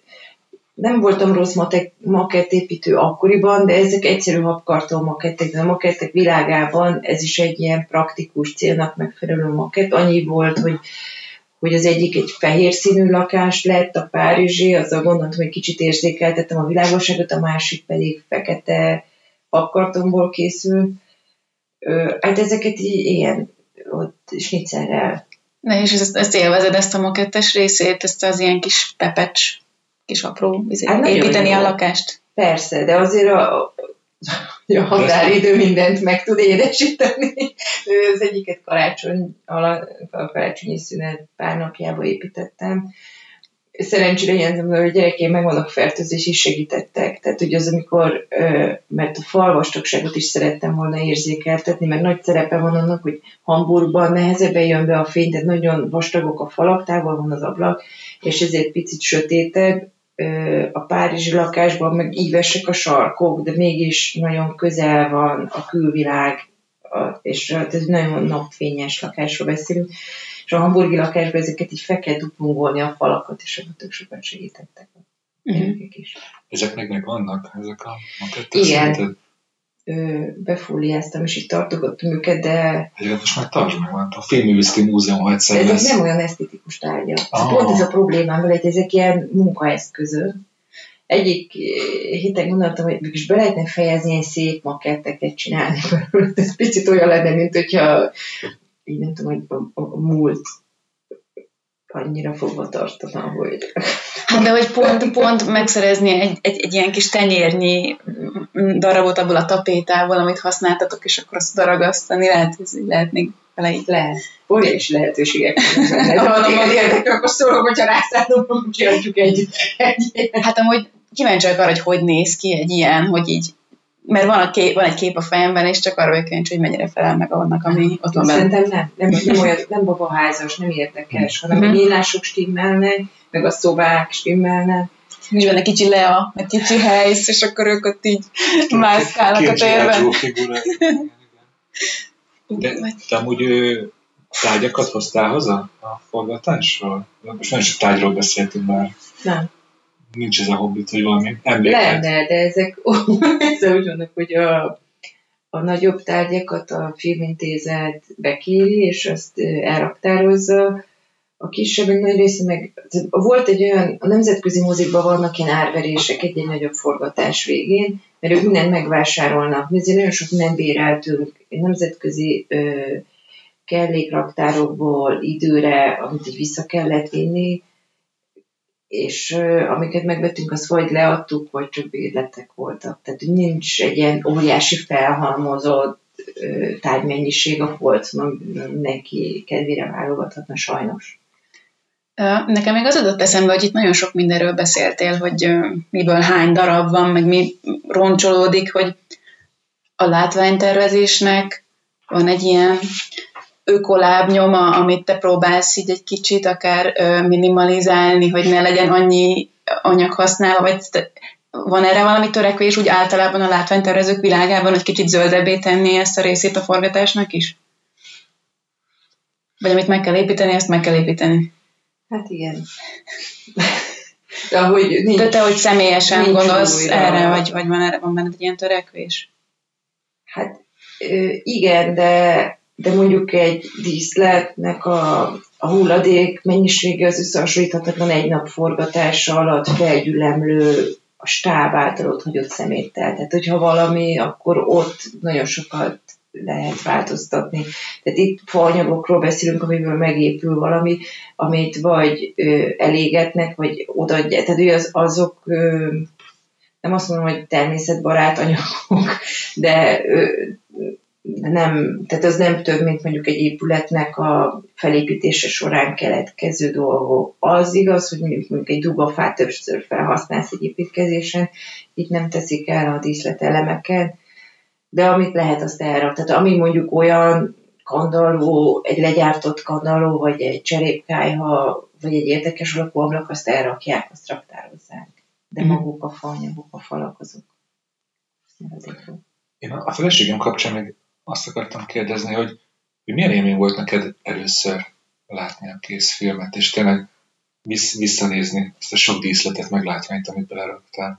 nem voltam rossz matek, makettépítő akkoriban, de ezek egyszerű habkarton makettek, de a makettek világában ez is egy ilyen praktikus célnak megfelelő makett. Annyi volt, hogy hogy az egyik egy fehér színű lakás lett, a párizsi, azzal gondoltam, hogy kicsit érzékeltettem a világosságot, a másik pedig fekete habkartonból készül. Hát ezeket így ilyen ott sniccerrel. De és ezt, ezt élvezed, ezt a makettes részét, ezt az ilyen kis pepecs, kis apró, hát építeni a lakást? Persze, de azért a, a határidő mindent meg tud édesíteni. Az egyiket karácsony alatt, a karácsonyi szünet pár napjába építettem. Szerencsére ilyen, hogy gyerekeim meg vannak fertőzés is segítettek. Tehát ugye az, amikor, mert a fal vastagságot is szerettem volna érzékeltetni, mert nagy szerepe van annak, hogy Hamburgban nehezebben jön be a fény, tehát nagyon vastagok a falak, távol van az ablak, és ezért picit sötétebb. A párizsi lakásban meg ívesek a sarkok, de mégis nagyon közel van a külvilág, és ez nagyon napfényes lakásról beszélünk, és a hamburgi lakásban ezeket így fel kell dupungolni a falakat, és ebben tök sokat segítettek a gyerekek is. Ezek meg meg vannak, ezek a makettek? Igen. Befóliáztam, és így tartogattam őket, de... Ezeket most már tartsd meg, van. A Filmművészeti Múzeum, ha egyszer ezek lesz. nem olyan esztetikus tárgyak. Ah. Pont ez a problémám vele, hogy ezek ilyen munkaeszközök. Egyik héten gondoltam, hogy mégis be lehetne fejezni ilyen szép maketteket csinálni. Ez picit olyan lenne, mint hogyha így nem tudom, hogy a, a, a múlt annyira fogva tartana, hogy... Hát de hogy pont, pont megszerezni egy, egy, egy ilyen kis tenyérnyi darabot abból a tapétából, amit használtatok, és akkor azt daragasztani, lehet, hogy lehet még vele így lehet. Óriási lehetőségek vannak. De ha téged érdekel, akkor szólom, hogyha rászállom, hogy csináljuk egy, egy. Hát amúgy kíváncsiak arra, hogy hogy néz ki egy ilyen, hogy így, mert van, a kép, van egy kép a fejemben, és csak arra vagyok kíváncsi, hogy mennyire felel meg annak, ami ott van benne. Szerintem nem, nem, nem olyan, nem babaházas, nem érdekes, hanem uh-huh. a nyílások stimmelnek, meg a szobák stimmelnek. Nincs benne kicsi Lea, meg kicsi Helysz, és akkor ők ott így mászkálnak a térben. De te amúgy tárgyakat hoztál haza a forgatásról? Most nagyon sok tárgyról beszéltünk már. Nem. Nincs ez a hobbit, hogy valami emléket. Lenne, de ezek, ezzel úgy vannak, hogy a, a nagyobb tárgyakat a filmintézet bekéri, és azt elraktározza. A kisebbek nagy része meg... Volt egy olyan, a nemzetközi mozikban vannak ilyen árverések egy-egy nagyobb forgatás végén, mert ők mindent megvásárolnak. Mi azért nagyon sok mindent béreltünk. Nemzetközi ö, kellékraktárokból időre, amit így vissza kellett vinni, és uh, amiket megvettünk, azt vagy leadtuk, vagy csak bérletek voltak. Tehát nincs egy ilyen óriási felhalmozott uh, tárgymennyiség a polcon, mindenki kedvére válogathatna sajnos. Nekem még az adott eszembe, hogy itt nagyon sok mindenről beszéltél, hogy uh, miből hány darab van, meg mi roncsolódik, hogy a látványtervezésnek van egy ilyen ökolábnyoma, amit te próbálsz így egy kicsit akár minimalizálni, hogy ne legyen annyi anyag használva, vagy te, van erre valami törekvés úgy általában a látványtervezők világában, hogy kicsit zöldebbé tenni ezt a részét a forgatásnak is? Vagy amit meg kell építeni, ezt meg kell építeni? Hát igen. De, ahogy nincs, De te, hogy személyesen gondolsz újra erre, vagy, vagy van erre van benned egy ilyen törekvés? Hát igen, de de mondjuk egy díszletnek a, a hulladék mennyisége az összehasonlíthatatlan egy nap forgatása alatt felgyülemlő a stáb által ott hagyott szeméttel. Tehát, hogyha valami, akkor ott nagyon sokat lehet változtatni. Tehát itt faanyagokról beszélünk, amiből megépül valami, amit vagy ö, elégetnek, vagy odaadják. Tehát az, azok, ö, nem azt mondom, hogy természetbarát anyagok, de ö, De nem, tehát az nem több, mint mondjuk egy épületnek a felépítése során keletkező dolgok. Az igaz, hogy mondjuk, mondjuk egy dugafát többször felhasználsz egy építkezésen, itt nem teszik el a díszletelemeket, de amit lehet, azt elrak. Tehát ami mondjuk olyan kandalló, egy legyártott kandalló, vagy egy cserépkályha, vagy egy érdekes alakú ablak, azt elrakják, azt raktározzák. De mm. maguk a faanyagok, a falak, azok maradékok. Én a feleségem kapcsán még azt akartam kérdezni, hogy, hogy milyen élmény volt neked először látni a kész filmet, és tényleg vissz, visszanézni ezt a sok díszletet, meg látványt, amit beleraktál.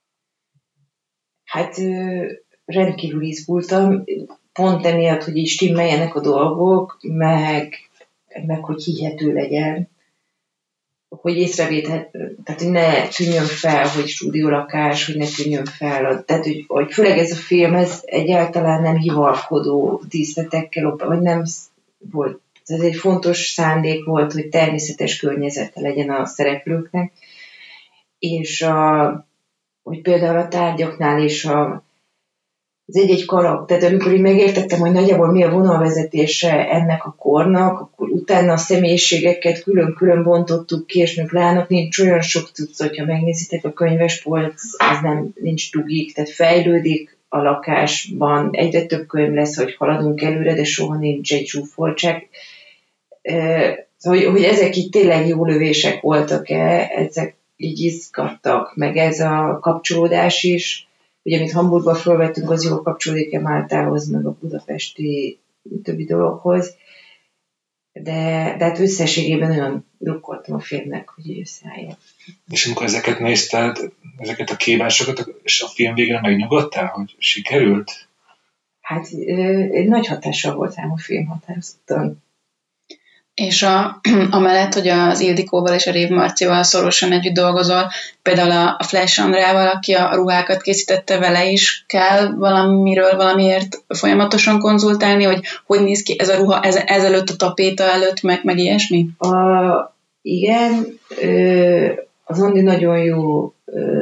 Hát rendkívül izgultam, pont emiatt, hogy így stimmeljenek a dolgok, meg, meg hogy hihető legyen, hogy észrevéthet, tehát hogy ne tűnjön fel, hogy stúdiólakás, hogy ne tűnjön fel, tehát hogy, hogy főleg ez a film, ez egyáltalán nem hivalkodó díszletekkel, vagy nem volt, ez egy fontos szándék volt, hogy természetes környezete legyen a szereplőknek, és a, hogy például a tárgyaknál is a az egy-egy karakter, tehát amikor így megértettem, hogy nagyjából mi a vonalvezetése ennek a kornak, akkor utána a személyiségeket külön-külön bontottuk ki, és még lának, nincs olyan sok cucc, hogyha megnézitek a könyvespolc, az nem, nincs dugik, tehát fejlődik a lakásban, egyre több könyv lesz, hogy haladunk előre, de soha nincs egy zsúfoltság. Szóval, hogy ezek így tényleg jó lövések voltak-e, ezek így izgattak, meg ez a kapcsolódás is, ugye, amit Hamburgban felvettünk, az jól kapcsolódik-e Máltához, meg a budapesti többi dologhoz, de, de hát összességében olyan drukkoltam a filmnek, hogy összeálljon. És amikor ezeket nézted, ezeket a kívásokat, és a film végén megnyugodtál, hogy sikerült? Hát egy nagy hatással volt rám a film, határozottan. És a, amellett, hogy az Ildikóval és a Rév Marcival szorosan együtt dolgozol, például a, a Flash Andrával, aki a ruhákat készítette, vele is kell valamiről, valamiért folyamatosan konzultálni, hogy hogy néz ki ez a ruha ez, ezelőtt a tapéta előtt, meg, meg ilyesmi? A, igen, az Andi nagyon jó,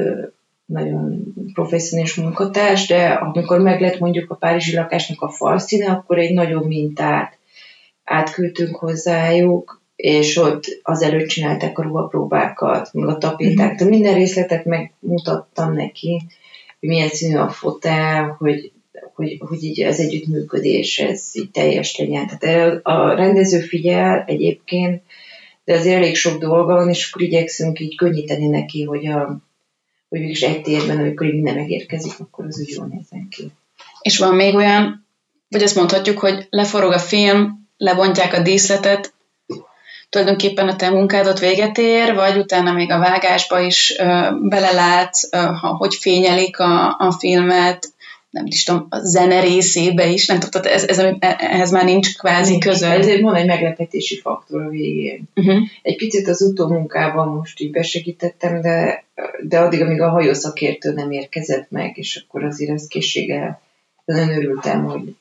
nagyon professzionális munkatárs, de amikor meg lett mondjuk a párizsi lakásnak a falszíne, akkor egy nagyon mintát átküldtünk hozzájuk, és ott azelőtt csinálták a ruhapróbákat, meg a tapéták, mm-hmm. minden részletet megmutattam neki, hogy milyen színű a fotel, hogy, hogy, hogy így az együttműködés, ez így teljes legyen. Tehát a rendező figyel egyébként, de azért elég sok dolga van, és akkor igyekszünk így könnyíteni neki, hogy, a, hogy mégis egy térben, amikor így minden megérkezik, akkor az úgy jól nézzen ki. És van még olyan, vagy azt mondhatjuk, hogy leforog a film, lebontják a díszletet, tulajdonképpen a te munkádat véget ér, vagy utána még a vágásba is ö, belelátsz, ö, ha, hogy fényelik a, a filmet, nem is tudom, a zene részébe is, nem tudom, ez, ez, ehhez már nincs kvázi közöd. Ezért van egy meglepetési faktor a végén. Uh-huh. Egy picit az utómunkában most így besegítettem, de, de addig, amíg a hajószakértő nem érkezett meg, és akkor azért az készséggel nagyon örültem, hogy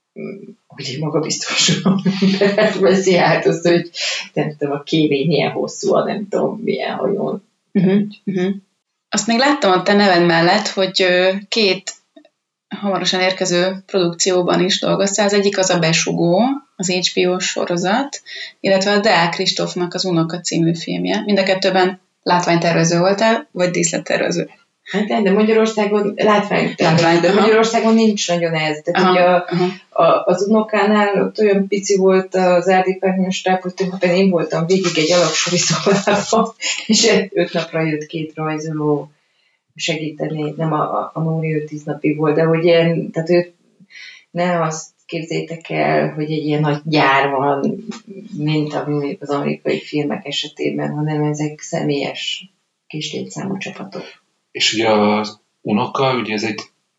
hogy magabiztosan veszi át azt, hogy nem tudom, a kévény milyen hosszú, a nem tudom, milyen hajón. Uh-huh, uh-huh. Azt még láttam a te neved mellett, hogy két hamarosan érkező produkcióban is dolgoztál. Az egyik az a Besugó, az há bé ó sorozat, illetve a Deák Kristófnak az Unoka című filmje. Mind a kettőben látványtervező voltál, vagy díszlettervező? Hát de Magyarországon látvány, látvány de Magyarországon nincs nagyon ez. Tehát ugye a, a, az Unokánál ott olyan pici volt az áldépáknyos stáb, hogy tulajdonképpen én voltam végig egy alaksori szobában, és öt napra jött két rajzoló segíteni, nem a, a, a Nóri öt tíz napig volt, de hogy ilyen, tehát őt ne azt képzétek el, hogy egy ilyen nagy gyár van, mint ami az amerikai filmek esetében, hanem ezek személyes kis létszámú csapatok. És ugye az Unoka, ugye ez egy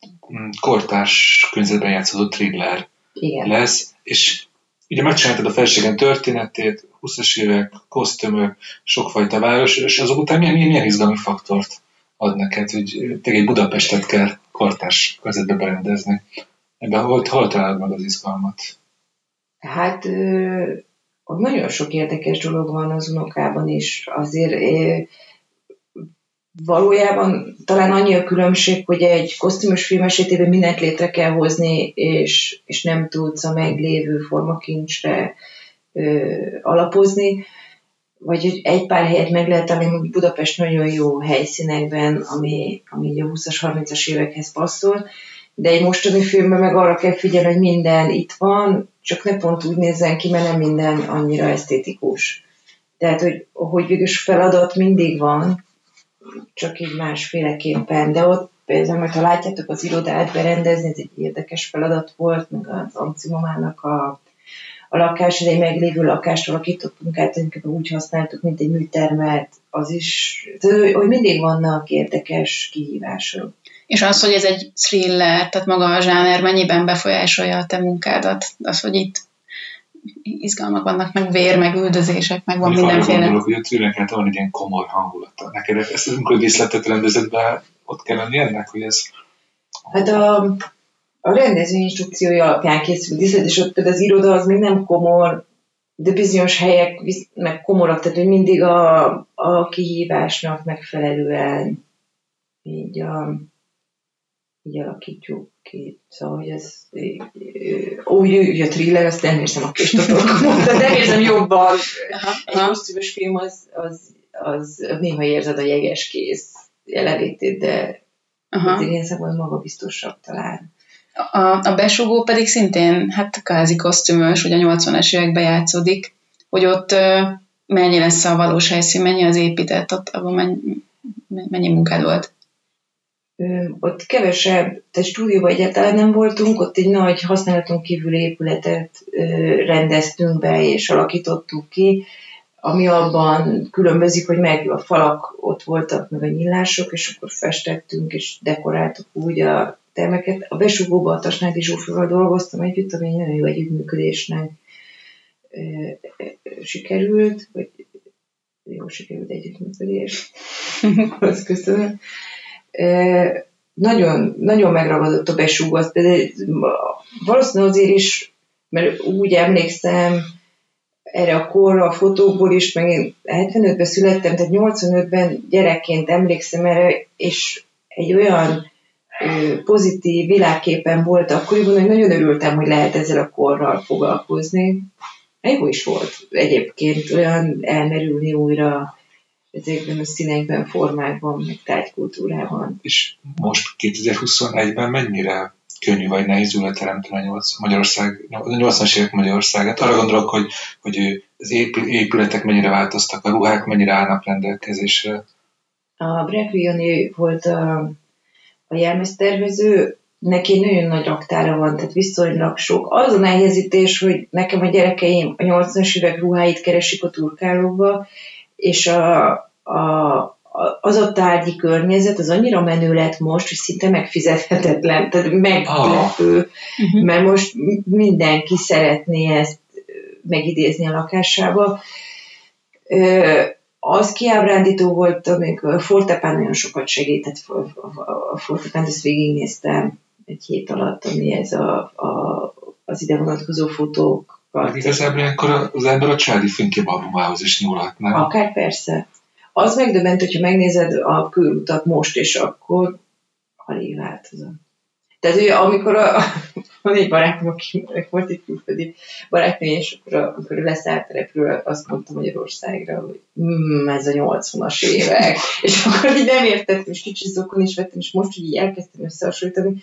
kortárs környezetben játszódó thriller Igen. lesz, és ugye megcsináltad a feleségem történetét, húszas évek, kosztümök, sokfajta város, és azok után milyen, milyen, milyen izgalmi faktort ad neked, hogy tényleg Budapestet kell kortárs környezetbe berendezni. Ebben hol, hol találod meg az izgalmat? Hát ott nagyon sok érdekes dolog van az Unokában is. Azért valójában talán annyi a különbség, hogy egy kosztümös film esetében mindent létre kell hozni, és, és nem tudsz a meglévő formakincsre ö, alapozni, vagy hogy egy pár helyet meg lehet találni, Budapest nagyon jó helyszínekben, ami, ami a húszas, harmincas évekhez passzol, de egy mostani filmben meg arra kell figyelni, hogy minden itt van, csak ne pont úgy nézzen ki, mert nem minden annyira esztétikus. Tehát, hogy, hogy végülis feladat mindig van, csak így másféleképpen, de ott például, mert ha látjátok az irodát berendezni, ez egy érdekes feladat volt, meg az Ancimamának a, a lakás, ez egy meglévő lakást alakítottunk át, inkább úgy használtuk, mint egy műtermet, az is, tehát, hogy mindig vannak érdekes kihívások. És az, hogy ez egy thriller, tehát maga a zsáner mennyiben befolyásolja a te munkádat? Az, hogy itt izgalmak vannak, meg vér, meg üldözések, meg van Még mindenféle. Arra gondolok, hogy a thrillernek van egy ilyen komor hangulata. Neked ezt amikor díszletet rendezed be, ott kell lenni ennek, hogy ez... Hát a, a rendező instrukciója alapján készül díszlet, és ott például az iroda az még nem komor, de bizonyos helyek meg komorak, tehát hogy mindig a, a kihívásnak megfelelően így, a, így alakítjuk ki. Szóval, hogy ez úgy, hogy a thriller, azt nem érzem a Kristoforkomot, de nem érzem jobban. Egy kosztümös film az, az, az néha érzed a jeges kéz jelenlétét, de én szabad magabiztosabb talán. A, a besugó pedig szintén, hát kázi kosztümös, hogy a nyolcvanas években játszódik, hogy ott uh, mennyi lesz a valós helyszín, mennyi az épített, ott abban mennyi, mennyi munkád volt? Ö, ott kevesebb, tehát stúdióban egyáltalán nem voltunk, ott egy nagy használaton kívüli épületet ö, rendeztünk be és alakítottuk ki, ami abban különbözik, hogy meg a falak ott voltak, meg a nyílások, és akkor festettünk és dekoráltuk úgy a termeket. A besugóban a Tasnádi Zsófival dolgoztam együtt, ami egy nagyon jó együttműködésnek ö, ö, sikerült, vagy jó sikerült együttműködés. Azt köszönöm. Ö, nagyon, nagyon megragadott a besugó, az, de valószínűleg azért is, mert úgy emlékszem, erre a korra, a fotókból is, meg én hetvenötben születtem, tehát nyolcvanötben gyerekként emlékszem erre, és egy olyan ö, pozitív világképen volt akkoriban, hogy nagyon örültem, hogy lehet ezzel a korral foglalkozni. Jó is volt egyébként olyan elmerülni újra ezekben a színekben, formákban, meg tárgykultúrában. És most kétezer-huszonegyben mennyire könnyű vagy nehéz újra teremteni a Magyarország, a nyolcvanas évek Magyarországát? Arra gondolok, hogy, hogy az épületek mennyire változtak, a ruhák mennyire állnak rendelkezésre. A Brekvioni volt a, a jelmeztervező, neki nagyon nagy raktára van, tehát viszonylag sok. Az a nehezítés, hogy nekem a gyerekeim a nyolcvanas évek ruháit keresik a turkálóba, és a, a az a tárgyi környezet, az annyira menő lett most, hogy szinte megfizethetetlen, tehát meglepő, oh. mert most mindenki szeretné ezt megidézni a lakásába. Az kiábrándító volt, amikor a Fortepán nagyon sokat segített, a Fortepánt ezt végignéztem egy hét alatt, ami ez a, a, az ide vonatkozó fotók. Igazából ilyenkor az ember a családi fényképalbumához is nyúlhat, nem? Akár persze. Az megdöbbent, hogyha megnézed a körutat most, és akkor alig változom. Tehát, hogy amikor a, van egy barátom, aki volt egy külföldi barátnő, és akkor amikor leszállt repülőre, azt mondta Magyarországra, hogy mm, ez a nyolcvanas évek. És akkor így nem értettem, és kicsi zokon is vettem, és most így elkezdtem összehasonlítani.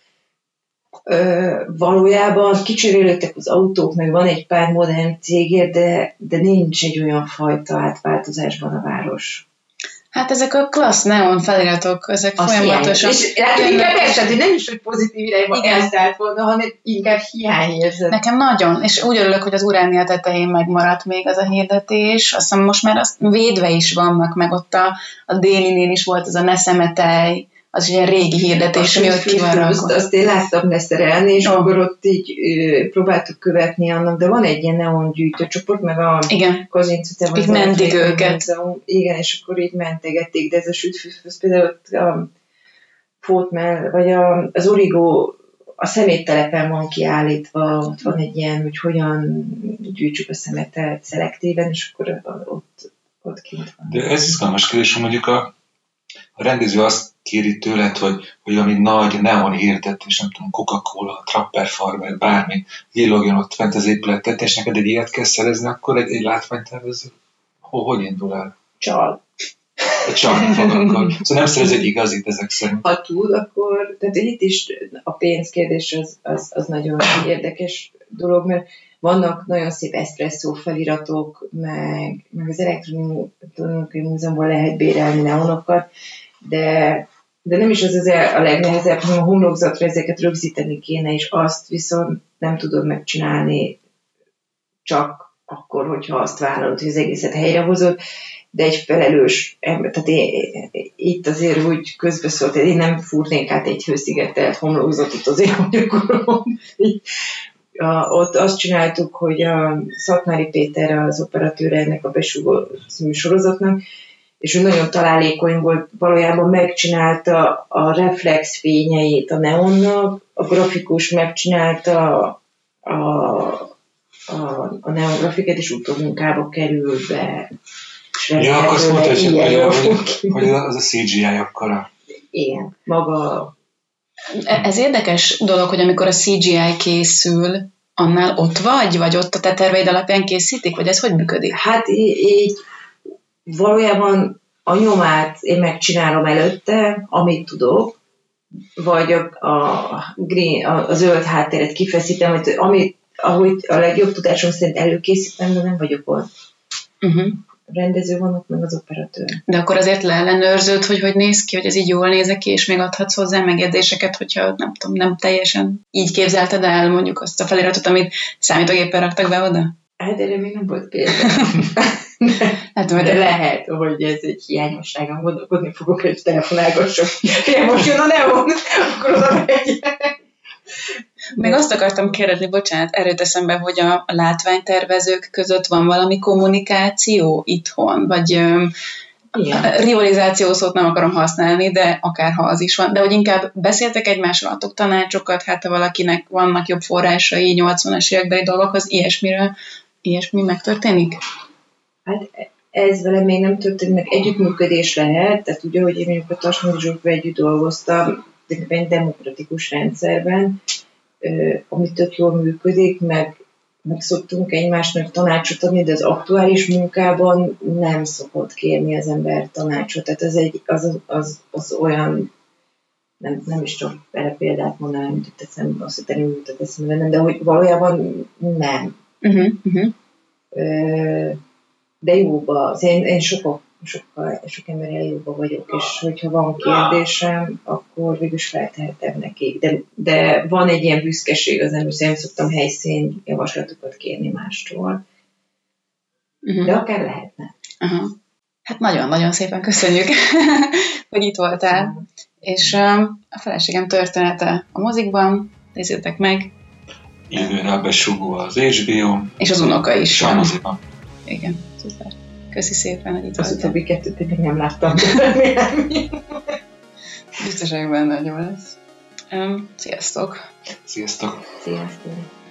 Ö, valójában kicserélődtek az autók, meg van egy pár modern cégért, de, de nincs egy olyan fajta átváltozásban a város. Hát ezek a klassz neon feliratok, ezek azt folyamatosan... És hát inkább eset, hogy nem is, hogy pozitív irányba elszállt volna, hanem inkább hiányérzet. Nekem nagyon, és úgy örülök, hogy az Uránia tetején megmaradt még az a hirdetés, azt hiszem most már azt védve is vannak, meg ott a, a délinél is volt az a ne szemetelj, az ilyen régi hirdetés, ami ott ki van rakva. Azt én láttam leszerelni, és oh. akkor ott így ö, próbáltuk követni annak, de van egy ilyen neon gyűjtőcsoport, meg a Kazinc után mentik őket. Igen, és akkor így mentegették, de ez a sütfűfőz például ott a Fótmell, vagy a, az Origo a szeméttelepen van kiállítva, ott van egy ilyen, hogy hogyan gyűjtsük a szemetet szelektíven, és akkor ott, ott kint van. De ez izgalmas kérdés, hogy mondjuk a A rendező azt kéri tőled, hogy, hogy ami nagy neon hirdetés, nem tudom, Coca-Cola, Trapper Farmer, bármi, villogjon ott fent az épületet, és neked egy ilyet kell szerezni, akkor egy, egy látványtervező? Hogy indul el? Csal. csalni fog akkor. Szóval nem szerez egy igazit ezek szerint. Ha tud, akkor, tehát itt is a pénzkérdés az, az, az nagyon érdekes dolog, mert vannak nagyon szép eszpresszó feliratok, meg, meg az elektronikai múzeumban lehet bérelni neonokat, de, de nem is az, az a legnehezebb, hanem a homlokzatra ezeket rögzíteni kéne, és azt viszont nem tudod megcsinálni csak akkor, hogyha azt vállalod, hogy az egészet helyrehozod, de egy felelős ember, tehát én, itt azért úgy közbeszólt, hogy én nem fúrnék át egy hőszigetelt homlokzatot azért, hogy akkor ott azt csináltuk, hogy a Szatmári Péter az operatőre ennek a Besúgó című sorozatnak, és ő nagyon találékony volt, valójában megcsinálta a reflex fényeit a neonnak, a grafikus megcsinálta a, a, a neon grafiket, és utómunkába kerül be. Ja, akkor azt mondta, hogy, hogy, hogy az a cé gé í akkora. Igen, maga. Ez érdekes dolog, hogy amikor a cé gé í készül, annál ott vagy, vagy ott a te terveid alapján készítik, vagy ez hogy működik? Hát így valójában a nyomát én megcsinálom előtte, amit tudok, vagy a, a, green, a, a zöld háttéret kifeszítem, hogy amit, ahogy a legjobb tudásom szerint előkészítem, de nem vagyok ott. Uh-huh. A rendező van ott, meg az operatőr. De akkor azért leellenőrzöd, hogy hogy néz ki, hogy ez így jól néz ki, és még adhatsz hozzá megjegyzéseket, hogyha nem tudom, nem teljesen így képzelted el mondjuk azt a feliratot, amit számítógéppel raktak be oda? Hát erre még nem volt példa. Hát, de lehet, hogy ez egy hiányosságom, gondolkodni fogok, és telefonálgassak. Fél most jön a neon, akkor oda megy. Még azt akartam kérdezni, bocsánat, erőt eszembe, hogy a, a látványtervezők között van valami kommunikáció itthon, vagy öm, rivalizáció szót nem akarom használni, de akárha az is van, de hogy inkább beszéltek egymással, adtok tanácsokat, hát ha valakinek vannak jobb forrásai, nyolcvanas évekbeli dolgokhoz, ilyesmiről, ilyesmi megtörténik? Hát ez velem még nem történik, meg együttműködés lehet, tehát ugye, hogy én mondjuk a Tasmani Zsókban együtt dolgoztam, egy demokratikus rendszerben, ami tök jól működik, meg, meg szoktunk egymásnak tanácsot adni, de az aktuális munkában nem szokott kérni az ember tanácsot. Tehát az, egy, az, az, az olyan, nem, nem is csak erre példát mondanám, mint hogy teszem, azt hiszem, hogy jutott eszembe, nem, de hogy valójában nem. Uh-huh, uh-huh. De jóba, én, én sokkal, sokkal, sok emberrel jóba vagyok, és hogyha van kérdésem, akkor végülis feltehetem nekik. De, de van egy ilyen büszkeség az ember, hogy én szoktam helyszín javaslatokat kérni mástól. Uh-huh. De akár lehetne. Uh-huh. Hát nagyon-nagyon szépen köszönjük, hogy itt voltál. Uh-huh. És um, a feleségem története a mozikban, nézzétek meg. Jövőre a Besúgó az há bé ó. És az unoka is. A moziban. Igen, szuper. Köszi szépen, hogy itt voltál. Az utóbbi kettőt én még nem láttam. Biztos vagyok benne, hogy jó lesz. Um, sziasztok! Sziasztok! Sziasztok!